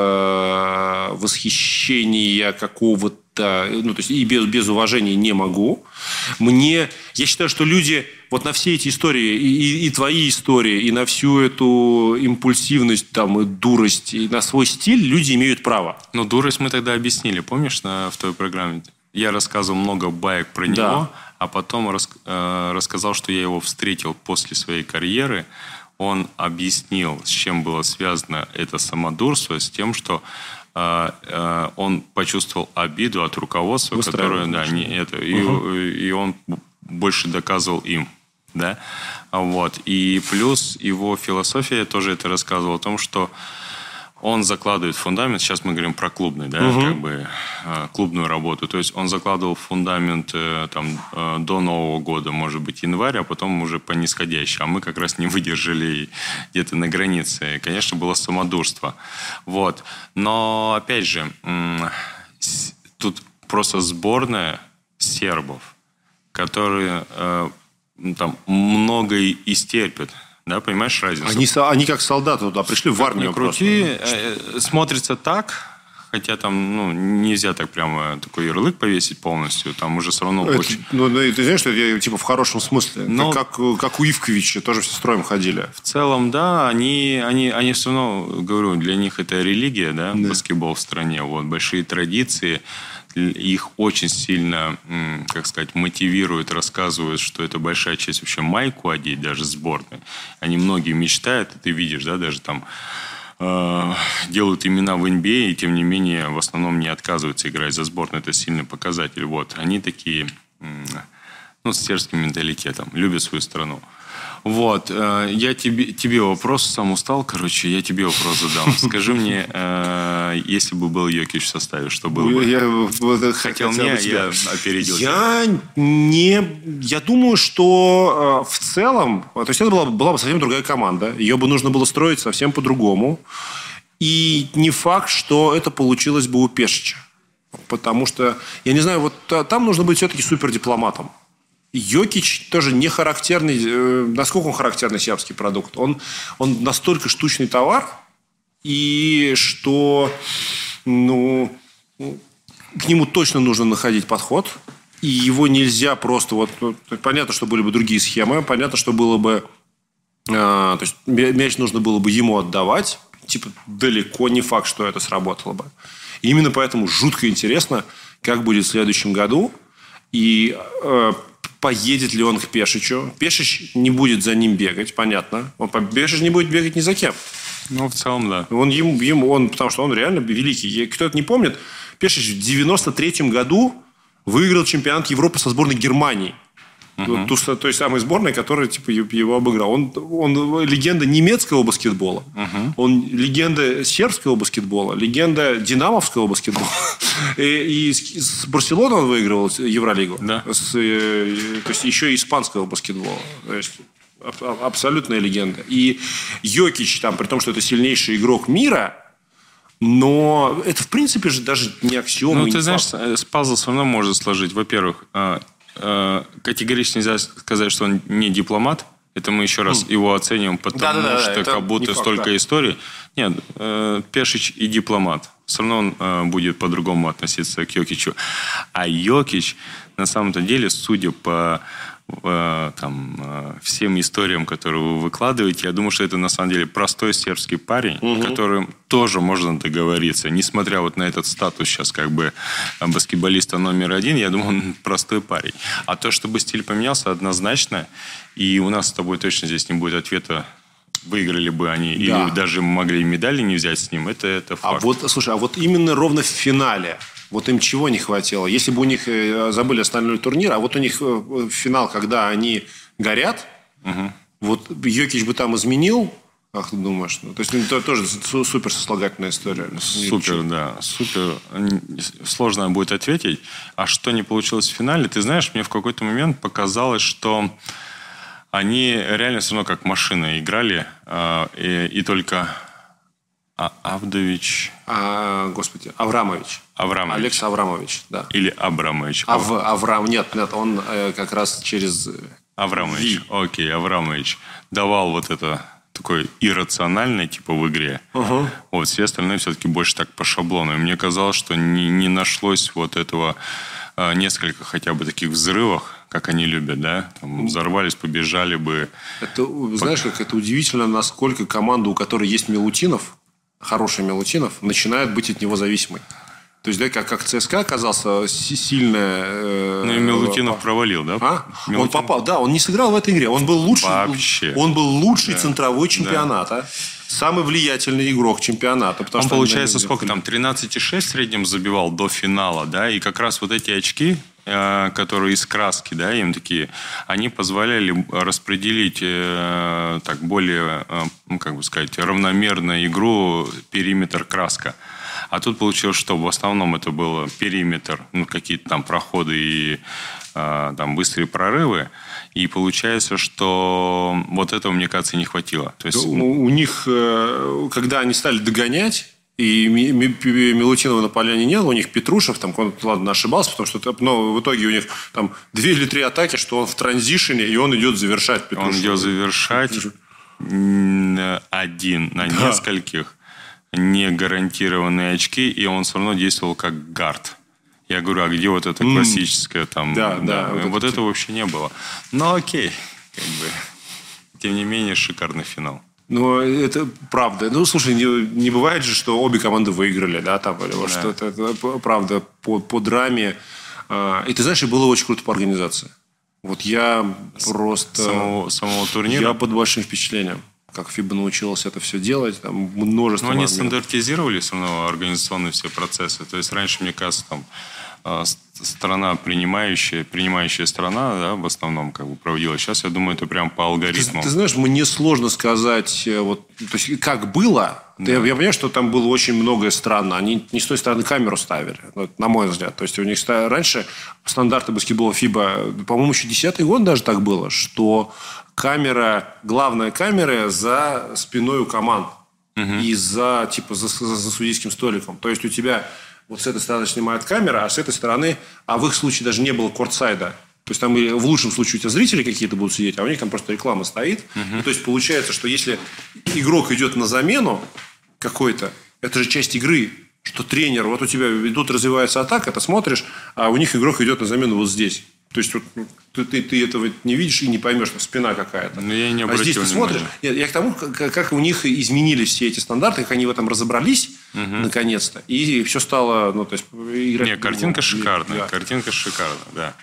[SPEAKER 2] восхищения какого-то, то есть и без уважения не могу. Я считаю, что люди вот на все эти истории, и твои истории, и на всю эту импульсивность, там, и дурость, и на свой стиль люди имеют право.
[SPEAKER 1] Но дурость мы тогда объяснили, помнишь, в той программе? Я рассказывал много баек про него, а потом рассказал, что я его встретил после своей карьеры. Он объяснил, с чем было связано это самодурство, с тем, что он почувствовал обиду от руководства, которое, и он больше доказывал им. Да? Вот. И плюс его философия, тоже это рассказывал о том, что он закладывает фундамент, сейчас мы говорим про клубный, клубную работу. То есть он закладывал фундамент до Нового года, может быть, январь, а потом уже по нисходящей. А мы как раз не выдержали где-то на границе. И, конечно, было самодурство. Вот. Но, опять же, тут просто сборная сербов, которые много истерпят. Да, понимаешь разницу?
[SPEAKER 2] Они как солдаты туда пришли в армию.
[SPEAKER 1] Крути, смотрится так, Хотя там, нельзя так прямо такой ярлык повесить полностью. Там уже все равно очень...
[SPEAKER 2] Ты знаешь, что это типа в хорошем смысле. Как у Ивковича, тоже все строем ходили.
[SPEAKER 1] В целом, да, они все равно, говорю, для них это религия, да, баскетбол в стране. Вот, большие традиции. Их очень сильно, как сказать, мотивируют, рассказывают, что это большая честь вообще майку одеть, даже сборной. Они многие мечтают, ты видишь, да, даже там делают имена в NBA, и тем не менее в основном не отказываются играть за сборную. Это сильный показатель. Вот. Они такие, с сербским менталитетом, любят свою страну. Вот. Я тебе вопрос сам устал, я тебе вопрос задам. Скажи мне, если бы был Йокич в составе, что было бы? Хотел мне, я опередил.
[SPEAKER 2] Я думаю, что в целом, то есть это была бы совсем другая команда. Ее бы нужно было строить совсем по-другому. И не факт, что это получилось бы у Пешича. Потому что, я не знаю, вот там нужно быть все-таки супердипломатом. Йокич тоже не характерный. Насколько он характерный сербский продукт? Он настолько штучный товар, и что к нему точно нужно находить подход. И его нельзя просто... понятно, что были бы другие схемы. Понятно, что было бы... то есть мяч нужно было бы ему отдавать. Типа далеко не факт, что это сработало бы. И именно поэтому жутко интересно, как будет в следующем году. И... поедет ли он к Пешичу. Пешич не будет за ним бегать, понятно. Пешич не будет бегать ни за кем.
[SPEAKER 1] В целом, да.
[SPEAKER 2] Потому что он реально великий. Кто-то не помнит, Пешич в 93-м году выиграл чемпионат Европы со сборной Германии. Той самой сборной, которая его обыграла. Он легенда немецкого баскетбола. Он легенда сербского баскетбола. Легенда динамовского баскетбола. И с Барселоной он выигрывал Евролигу.
[SPEAKER 1] Да.
[SPEAKER 2] То есть еще и испанского баскетбола. То есть абсолютная легенда. И Йокич, при том, что это сильнейший игрок мира, но это, в принципе, же даже не аксиома.
[SPEAKER 1] Ты знаешь, пазл все равно можно сложить. Во-первых, категорично нельзя сказать, что он не дипломат. Это мы еще раз его оценим, потому что как будто столько историй. Нет, Пешич и дипломат. Все равно он будет по-другому относиться к Йокичу. А Йокич, на самом-то деле, судя по всем историям, которые вы выкладываете, я думаю, что это на самом деле простой сербский парень, которым тоже можно договориться. Несмотря на этот статус сейчас баскетболиста номер 1, я думаю, он простой парень. А то, чтобы стиль поменялся, однозначно, и у нас с тобой точно здесь не будет ответа, выиграли бы они, или даже могли медали не взять с ним, это факт.
[SPEAKER 2] Слушай, именно ровно в финале им чего не хватило? Если бы у них забыли остальной турнир, а у них финал, когда они горят, Йокич бы там изменил, как ты думаешь? То есть это тоже супер сослагательная история.
[SPEAKER 1] Супер, да. Супер. Сложно будет ответить. А что не получилось в финале? Ты знаешь, мне в какой-то момент показалось, что они реально все равно как машины играли, и только Авдович...
[SPEAKER 2] Аврамович. Алекс Аврамович, да.
[SPEAKER 1] Или Абрамович.
[SPEAKER 2] Нет, он как раз через...
[SPEAKER 1] Аврамович, окей, Аврамович. Давал это такой иррациональный, в игре. Все остальные все-таки больше так по шаблону. И мне казалось, что не нашлось этого несколько хотя бы таких взрывов, как они любят, да? Взорвались, побежали бы.
[SPEAKER 2] Знаешь, как это удивительно, насколько команда, у которой есть Милутинов, хороший Милутинов, начинает быть от него зависимой. То есть, как ЦСКА оказался сильно...
[SPEAKER 1] и Милутинов провалил, да?
[SPEAKER 2] Он попал, он не сыграл в этой игре. Он был лучший, лучший центровой чемпионата. Самый влиятельный игрок чемпионата.
[SPEAKER 1] Он, получается, сколько там? 13,6 в среднем забивал до финала, да? И как раз эти очки, которые из краски, да, им такие, они позволяли распределить более, равномерно игру периметр-краска. А тут получилось, что в основном это был периметр, какие-то там проходы и быстрые прорывы. И получается, что этого, мне кажется, не хватило. То есть...
[SPEAKER 2] У них, когда они стали догонять, и Милутинова на поляне нет, у них Петрушев, ладно, ошибался, потому что в итоге у них 2 или 3 атаки, что он в транзишене, и он идет завершать Петрушев.
[SPEAKER 1] Он идет завершать один на нескольких. не гарантированные очки, и он все равно действовал как гард. Я говорю, а где вот это классическое там?
[SPEAKER 2] Да.
[SPEAKER 1] Вот этого вообще не было. Но окей, как бы. Тем не менее, шикарный финал.
[SPEAKER 2] Ну, это правда. Ну, слушай, не бывает же, что обе команды выиграли, да, там, или вот что это правда по драме. И ты знаешь, и было очень круто по организации. Вот я просто...
[SPEAKER 1] Самого турнира?
[SPEAKER 2] Я под большим впечатлением. Как ФИБА научилась это все делать. Там множество...
[SPEAKER 1] Но они стандартизировали все равно организационные все процессы. То есть раньше, мне кажется, там страна принимающая страна, да, в основном как бы проводила. Сейчас, я думаю, это прям по алгоритму.
[SPEAKER 2] Ты знаешь, мне сложно сказать, вот, то есть, как было. Да. Я понимаю, что там было очень многое странно. Они не с той стороны камеру ставили, на мой взгляд. То есть, у них раньше стандарты баскетбола ФИБА, по-моему, еще 10-й год даже так было, что главная камера за спиной у команд. И за судейским столиком. То есть, у тебя... Вот с этой стороны снимает камера, а с этой стороны... А в их случае даже не было кортсайда. То есть, там в лучшем случае у тебя зрители какие-то будут сидеть, а у них там просто реклама стоит. И, то есть, получается, что если игрок идет на замену какой-то, это же часть игры, что тренер... Вот у тебя идут, развивается атака, ты смотришь, а у них игрок идет на замену вот здесь. То есть, вот, ты этого не видишь и не поймешь, что спина какая-то.
[SPEAKER 1] Но я не обратил
[SPEAKER 2] здесь ты смотришь... Я к тому, как у них изменились все эти стандарты, как они в этом разобрались, наконец-то. И все стало... Ну, то есть, играть
[SPEAKER 1] картинка шикарная. Да. Картинка шикарная, да.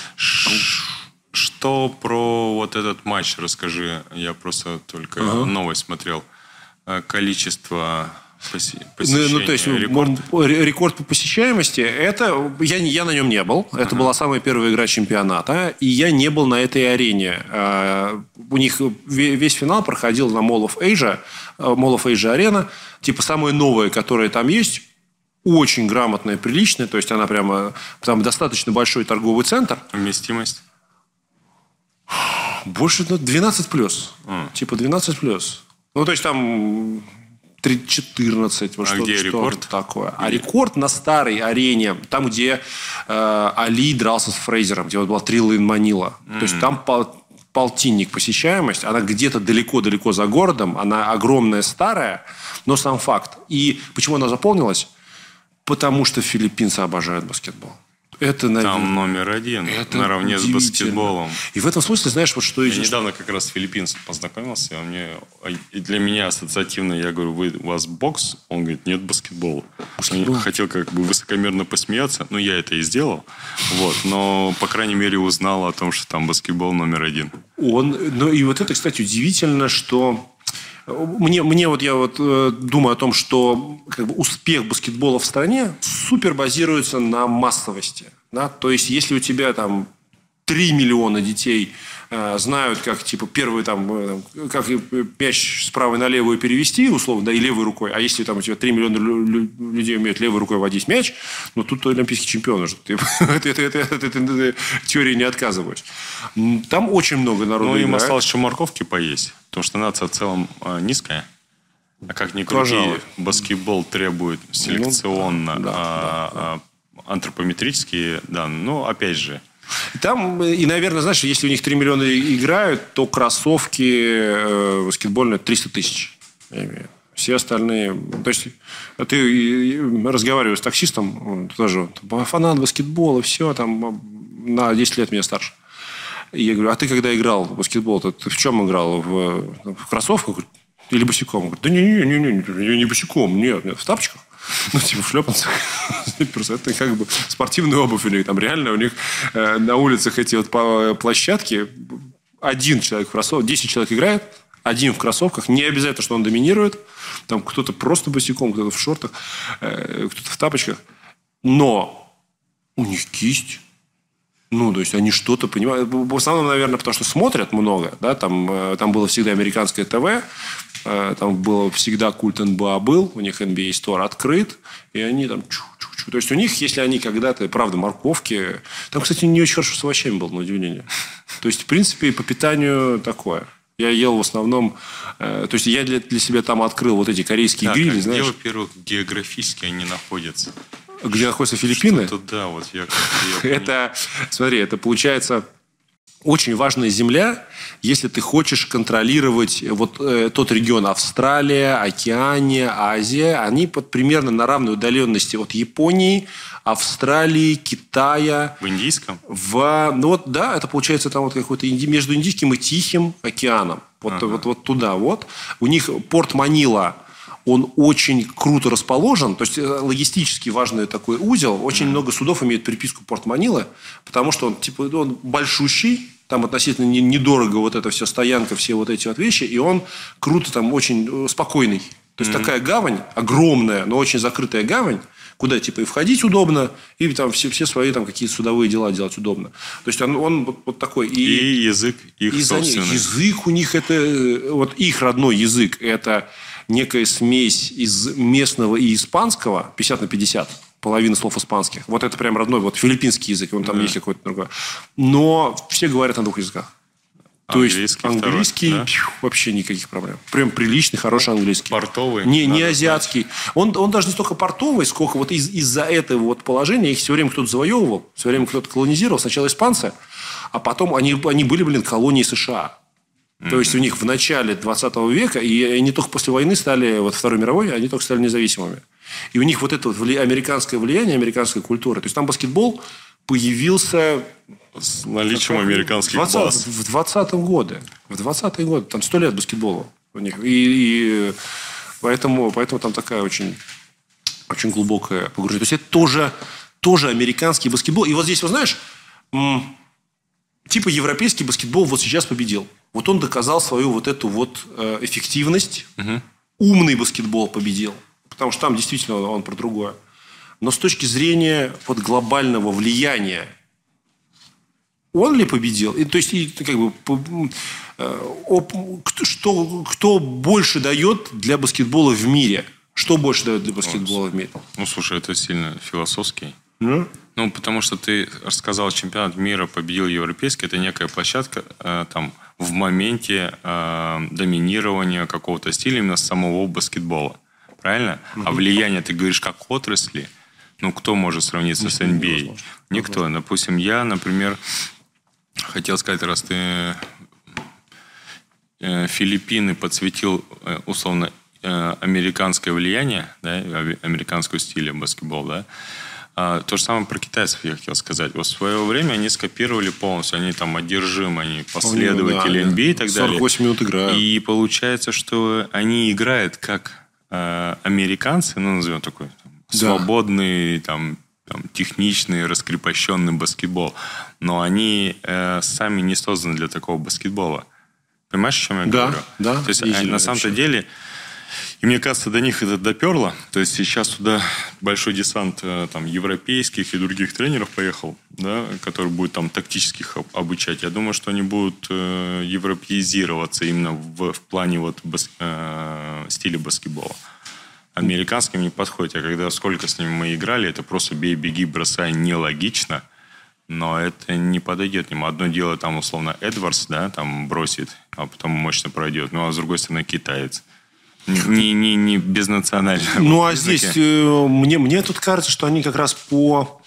[SPEAKER 1] Что про вот этот матч расскажи. Я просто только новость смотрел. Количество...
[SPEAKER 2] Ну, то есть, рекорд по посещаемости, это я на нем не был. Это была самая первая игра чемпионата, и я не был на этой арене. У них весь финал проходил на Mall of Asia арена, типа самая новая, которая там есть. Очень грамотная, приличная, то есть она прямо там достаточно большой торговый центр.
[SPEAKER 1] Вместимость?
[SPEAKER 2] Больше 12+. Типа 12+. Ну, то есть там 14. Вот
[SPEAKER 1] где рекорд?
[SPEAKER 2] Такое. А рекорд на старой арене, там, где Али дрался с Фрейзером, где вот была Триллин Манила. То есть там полтинник посещаемость. Она где-то далеко-далеко за городом. Она огромная, старая, но сам факт. И почему она заполнилась? Потому что филиппинцы обожают баскетбол. Это, наверное,
[SPEAKER 1] там номер один, наравне с баскетболом.
[SPEAKER 2] И в этом смысле, знаешь, вот что...
[SPEAKER 1] Я недавно как раз с филиппинцем познакомился, и для меня ассоциативно, я говорю, у вас бокс? Он говорит, нет, баскетбола. Я хотел как бы высокомерно посмеяться, но я это и сделал. Вот, но, по крайней мере, узнал о том, что там баскетбол номер один.
[SPEAKER 2] Ну и вот это, кстати, удивительно, что... Я думаю о том, что как бы, успех баскетбола в стране супер базируется на массовости. Да? То есть, если у тебя там 3 миллиона детей знают, как типа первый там, как мяч с правой на левую перевести, условно, да, и левой рукой. А если там у тебя 3 миллиона людей умеют левой рукой водить мяч, ну тут ты олимпийский чемпион уже. Ты этой теории не отказываешь. Там очень много народу.
[SPEAKER 1] Ну, им осталось еще морковки поесть. Потому что нация в целом низкая. А как ни крути, баскетбол требует селекционно, антропометрические данные. Ну, опять же.
[SPEAKER 2] Там, и, наверное, знаешь, если у них 3 миллиона играют, то кроссовки баскетбольные 300 тысяч. Все остальные... То есть, ты разговариваешь с таксистом, он тоже фанат баскетбола, все, там, на 10 лет меня старше. И я говорю, а ты когда играл в баскетбол, ты в чем играл? В кроссовках или босиком? Он говорит, да не босиком, нет, в тапочках. Ну, типа в шлепанцах. Это как бы спортивная обувь у них. Там реально у них на улицах эти вот площадки. Один человек в кроссовках, 10 человек играет, один в кроссовках. Не обязательно, что он доминирует. Там кто-то просто босиком, кто-то в шортах, кто-то в тапочках. Но у них кисть. Ну, то есть, они что-то понимают. В основном, наверное, потому что смотрят много. Да? Там было всегда американское ТВ. Там было всегда культ НБА был. У них NBA Store открыт. И они там... То есть, у них, если они когда-то, правда, морковки... Там, кстати, не очень хорошо с овощами было, на удивление. То есть, в принципе, по питанию такое. Я ел в основном... То есть, я для себя там открыл вот эти корейские грили.
[SPEAKER 1] Где, во-первых, географически они находятся?
[SPEAKER 2] Где находятся Филиппины?
[SPEAKER 1] Что-то, да, вот я...
[SPEAKER 2] Это, смотри, это получается... очень важная земля, если ты хочешь контролировать вот тот регион Австралия, Океания, Азия. Они примерно на равной удаленности от Японии, Австралии, Китая.
[SPEAKER 1] В Индийском?
[SPEAKER 2] Ну вот, да, это получается там вот какой-то между Индийским и Тихим океаном. Вот туда вот. У них порт Манила, он очень круто расположен, то есть логистически важный такой узел. Очень много судов имеет приписку порт Манилы, потому что он большущий, там относительно недорого вот это все, стоянка, все вот эти вот вещи, и он круто там очень спокойный. То есть такая гавань, огромная, но очень закрытая гавань, куда и входить удобно, и там все свои там какие-то судовые дела делать удобно. То есть он вот такой.
[SPEAKER 1] И язык их собственный.
[SPEAKER 2] Язык у них это, вот их родной язык, это некая смесь из местного и испанского, 50/50, половина слов испанских. Вот это прям родной, вот филиппинский язык, он там есть какой-то другой. Но все говорят на двух языках. То есть английский вообще никаких проблем. Прям приличный, хороший английский.
[SPEAKER 1] Портовый.
[SPEAKER 2] Не азиатский. Он даже не столько портовый, сколько вот из-за этого вот положения их все время кто-то завоевывал, все время кто-то колонизировал. Сначала испанцы, а потом они были, колонией США. То есть у них в начале 20 века, и они только после войны стали, вот Второй мировой, они только стали независимыми. И у них вот это вот американское влияние, американская культура. То есть там баскетбол появился...
[SPEAKER 1] С наличием американских баз.
[SPEAKER 2] В 20-е годы. В 20-е годы. Там 100 лет баскетболу у них. И поэтому там такая очень, очень глубокая погружение. То есть это тоже американский баскетбол. И вот здесь, вот знаешь, европейский баскетбол вот сейчас победил. Вот он доказал свою вот эту вот эффективность. Умный баскетбол победил. Потому что там действительно он про другое. Но с точки зрения вот глобального влияния, он ли победил? То есть, кто больше дает для баскетбола в мире? Что больше дает для баскетбола в мире?
[SPEAKER 1] Ну, слушай, это сильно философский. Ну, потому что ты рассказал, чемпионат мира победил европейский. Это некая площадка там в моменте доминирования какого-то стиля именно самого баскетбола. Правильно? А влияние, ты говоришь, как отрасли. Ну, кто может сравниться с NBA? Никто. Допустим, я, например, хотел сказать, раз ты Филиппины подсветил, условно, американское влияние, да, американского стиля баскетбола, да, то же самое про китайцев я хотел сказать. Вот в свое время они скопировали полностью. Они там одержимы, они последователи NBA и так далее.
[SPEAKER 2] 48 минут играют.
[SPEAKER 1] И получается, что они играют как американцы, ну, назовем такой, свободный, там, техничный, раскрепощенный баскетбол. Но они сами не созданы для такого баскетбола. Понимаешь, о чем я говорю?
[SPEAKER 2] Да.
[SPEAKER 1] То есть, на самом-то деле... И мне кажется, до них это доперло. То есть сейчас туда большой десант там, европейских и других тренеров поехал, да, который будет там тактических обучать. Я думаю, что они будут европеизироваться именно в плане вот стиля баскетбола. Американским не подходит. А когда сколько с ними мы играли, это просто бей, беги, бросай, нелогично. Но это не подойдет ему. Одно дело, там, условно, Эдвардс, да, там бросит, а потом мощно пройдет. Ну, а с другой стороны, китаец. Не безнационально.
[SPEAKER 2] Ну, а здесь мне тут кажется, что они как раз по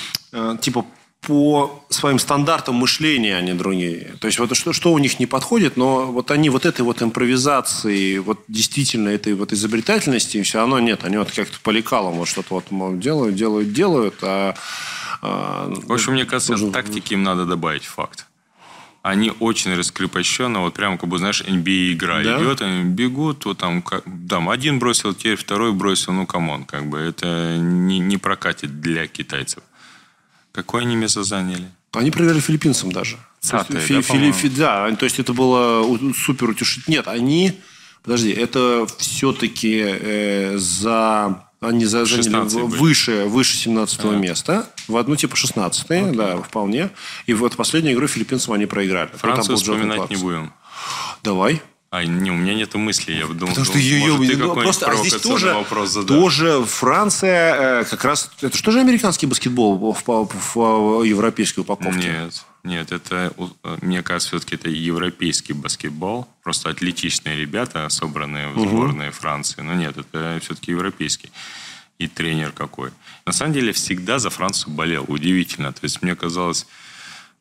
[SPEAKER 2] своим стандартам мышления они другие. То есть, вот что у них не подходит, но вот они вот этой вот импровизации, вот действительно этой вот изобретательности, все равно нет. Они вот как-то по лекалам вот что-то вот делают.
[SPEAKER 1] В общем, мне кажется, тактики им надо добавить, факт. Они очень раскрепощенно, вот прямо, как бы, знаешь, NBA игра идет, они бегут, вот там один бросил, теперь второй бросил, ну, камон, как бы, это не прокатит для китайцев. Какое они место заняли?
[SPEAKER 2] Они проиграли филиппинцам даже.
[SPEAKER 1] Да, по-моему?
[SPEAKER 2] То есть это было супер утешительно. Нет, это все-таки они заняли выше 17-го места. В одну 16-е, да, вполне. И вот последнюю игру филиппинцам они проиграли.
[SPEAKER 1] Францию вспоминать не будем.
[SPEAKER 2] Давай.
[SPEAKER 1] У меня нет мысли. Я думал,
[SPEAKER 2] потому что здесь тоже Франция как раз... Это что же американский баскетбол в европейской упаковке?
[SPEAKER 1] Нет, это, мне кажется, все-таки это европейский баскетбол. Просто атлетичные ребята, собранные в сборной Франции. Но нет, это все-таки европейский. И тренер какой. На самом деле, всегда за Францию болел. Удивительно. То есть, мне казалось...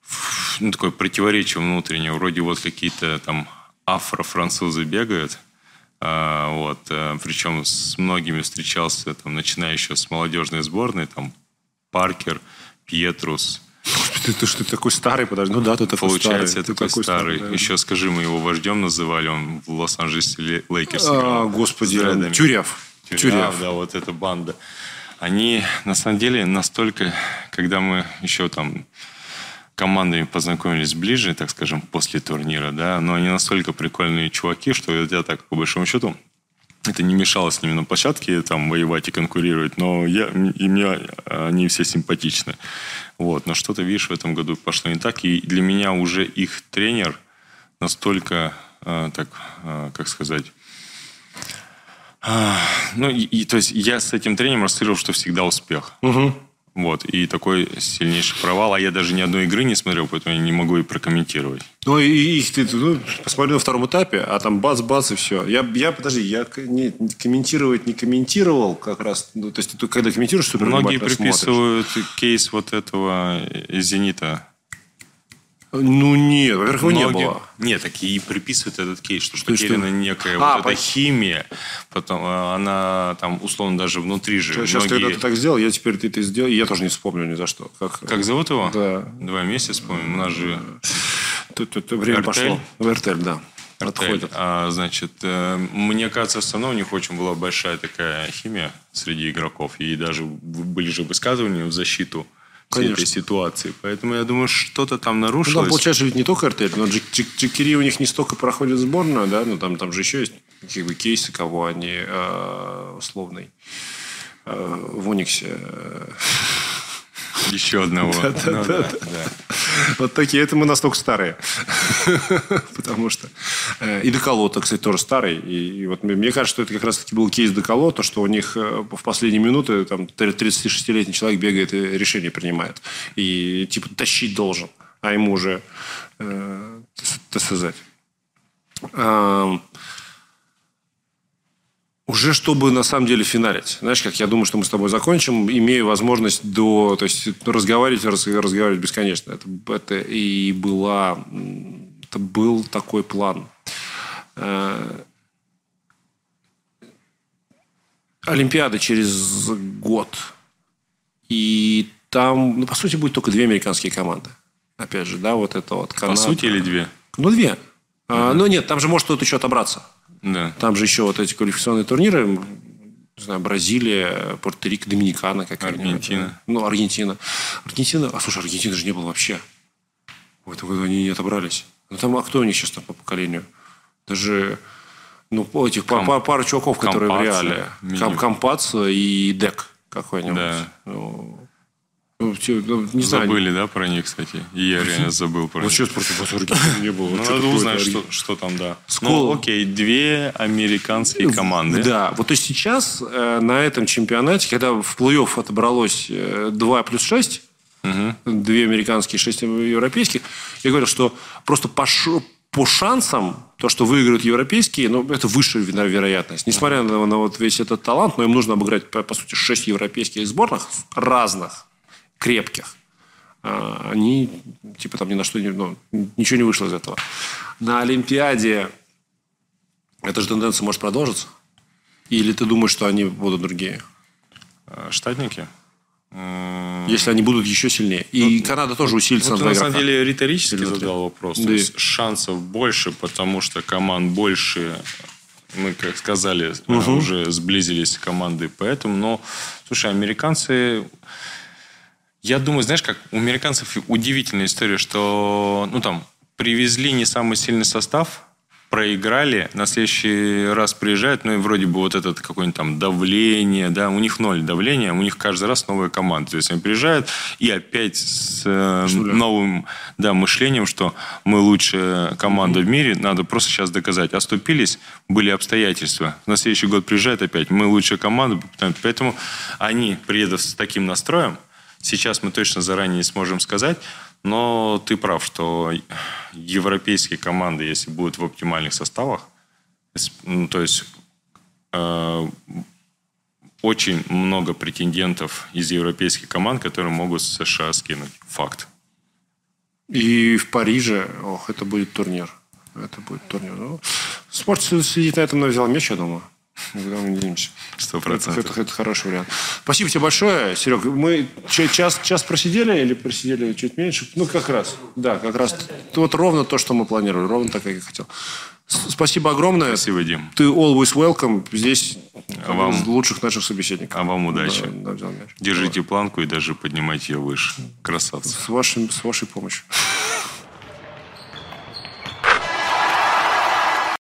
[SPEAKER 1] ну, такое противоречие внутреннее. Вроде вот какие-то там афро-французы бегают, вот, причем с многими встречался, там, начиная еще с молодежной сборной, там, Паркер, Пьетрус.
[SPEAKER 2] Ты что, такой старый, подожди. Ну да, ты такой
[SPEAKER 1] Получается,
[SPEAKER 2] старый.
[SPEAKER 1] я такой старый. Да. Еще скажи, мы его вождем называли, он в Лос-Анджелесе Лейкерс играл.
[SPEAKER 2] Господи, Тюрев.
[SPEAKER 1] Да, вот эта банда. Они, на самом деле, настолько, когда мы еще там командами познакомились ближе, так скажем, после турнира, да, но они настолько прикольные чуваки, что я так, по большому счету, это не мешало с ними на площадке там воевать и конкурировать, но мне они все симпатичны. Вот. Но что-то, видишь, в этом году пошло не так, и для меня уже их тренер настолько, как сказать, ну, то есть я с этим тренером рассказывал, что всегда успех.
[SPEAKER 2] Угу.
[SPEAKER 1] Вот. И такой сильнейший провал. А я даже ни одной игры не смотрел, поэтому я не могу и прокомментировать.
[SPEAKER 2] Ну, и ты посмотрел на втором этапе, а там бац-бац и все. Я комментировать не комментировал как раз. Ну, то есть, ты когда комментируешь, что
[SPEAKER 1] многие приписывают кейс вот этого «Зенита».
[SPEAKER 2] Ну, нет, во-первых, его не было.
[SPEAKER 1] Нет, так и приписывают этот кейс, что потеряна некая вот эта химия, потом она там условно даже внутри же.
[SPEAKER 2] Сейчас, когда ты так сделал, теперь ты это сделал, и я тоже не вспомню ни за что.
[SPEAKER 1] Как зовут его?
[SPEAKER 2] Да.
[SPEAKER 1] 2 месяца, вспомним. У нас же...
[SPEAKER 2] Время пошло. Вертель, да. Отходит.
[SPEAKER 1] Значит, мне кажется, все равно у них очень была большая такая химия среди игроков. И даже были же высказывания в защиту всей этой ситуации. Поэтому я думаю, что-то там нарушилось.
[SPEAKER 2] Ну, там, получается, ведь не только РТЛ, но Джекири у них не столько проходит сборную, да, но там же еще есть как бы кейсы, кого они условный в Униксе.
[SPEAKER 1] Еще одного.
[SPEAKER 2] Да. Вот такие. Это мы настолько старые. Потому что... И Деколота, кстати, тоже старый. И вот мне кажется, что это как раз-таки был кейс Деколота, что у них в последние минуты там 36-летний человек бегает и решение принимает. И типа тащить должен. А ему уже сказать. Уже чтобы на самом деле финалить. Знаешь, как я думаю, что мы с тобой закончим, имея возможность то есть разговаривать бесконечно. Это был такой план. Олимпиада через год. И там, по сути, будет только 2 американские команды. Опять же, да, вот это вот Канада.
[SPEAKER 1] По сути или 2?
[SPEAKER 2] Ну, 2. Ну, нет, там же может кто-то еще отобраться.
[SPEAKER 1] Да.
[SPEAKER 2] Там же еще вот эти квалификационные турниры, не знаю, Бразилия, Пуэрто-Рико, Доминикана какая-нибудь.
[SPEAKER 1] Аргентина.
[SPEAKER 2] Ну, Аргентина. Слушай, Аргентины же не было вообще. В этом году они не отобрались. Ну, там, кто у них сейчас там по поколению? Даже, этих пара чуваков, которые в реале. Кампаццо и Дек какой-нибудь.
[SPEAKER 1] Да.
[SPEAKER 2] Не
[SPEAKER 1] забыли, да, про них, кстати? И я реально забыл про них.
[SPEAKER 2] Вот сейчас просто Аргентины не было.
[SPEAKER 1] Надо узнать, что там, да. Ну, окей, 2 американские команды.
[SPEAKER 2] Да, вот то есть сейчас на этом чемпионате, когда в плей-офф отобралось 2 плюс 6, 2 американские, 6 европейских, я говорил, что просто по шансам, то, что выиграют европейские, это высшая вероятность. Несмотря на вот весь этот талант, но им нужно обыграть, по сути, 6 европейских сборных разных, крепких. Они, типа, там ни на что ничего не вышло из этого. На Олимпиаде эта же тенденция может продолжиться? Или ты думаешь, что они будут другие?
[SPEAKER 1] Штатники?
[SPEAKER 2] Если они будут еще сильнее. И Канада тоже усилится на 2 игрока.
[SPEAKER 1] На самом деле, риторически задал вопрос. Да. То есть, шансов больше, потому что команд больше. Мы, как сказали, уже сблизились команды. Поэтому, но, слушай, американцы... Я думаю, знаешь, как у американцев удивительная история, что привезли не самый сильный состав, проиграли, на следующий раз приезжают, и вроде бы вот это какое-нибудь там давление, да, у них 0 давления, у них каждый раз новая команда. То есть они приезжают и опять с новым мышлением, что мы лучшая команда в мире, надо просто сейчас доказать. Оступились, были обстоятельства. На следующий год приезжают опять, мы лучшая команда, поэтому они приедут с таким настроем. Сейчас мы точно заранее не сможем сказать, но ты прав, что европейские команды, если будут в оптимальных составах, то есть очень много претендентов из европейских команд, которые могут с США скинуть. Факт.
[SPEAKER 2] И в Париже, это будет турнир. Ну, спорт сидит на этом, но взял мяч, я думаю. Никуда мы не денемся.
[SPEAKER 1] 100%.
[SPEAKER 2] Это хороший вариант. Спасибо тебе большое, Серег. Мы час просидели или просидели чуть меньше? Ну, как раз. Да, как раз. Вот ровно то, что мы планировали. Ровно так, как я хотел. Спасибо огромное.
[SPEAKER 1] Спасибо, Дим.
[SPEAKER 2] Ты always welcome. Здесь
[SPEAKER 1] вам,
[SPEAKER 2] из лучших наших собеседников.
[SPEAKER 1] А вам удачи. Держите планку и даже поднимайте ее выше. Красавцы.
[SPEAKER 2] С вашей помощью.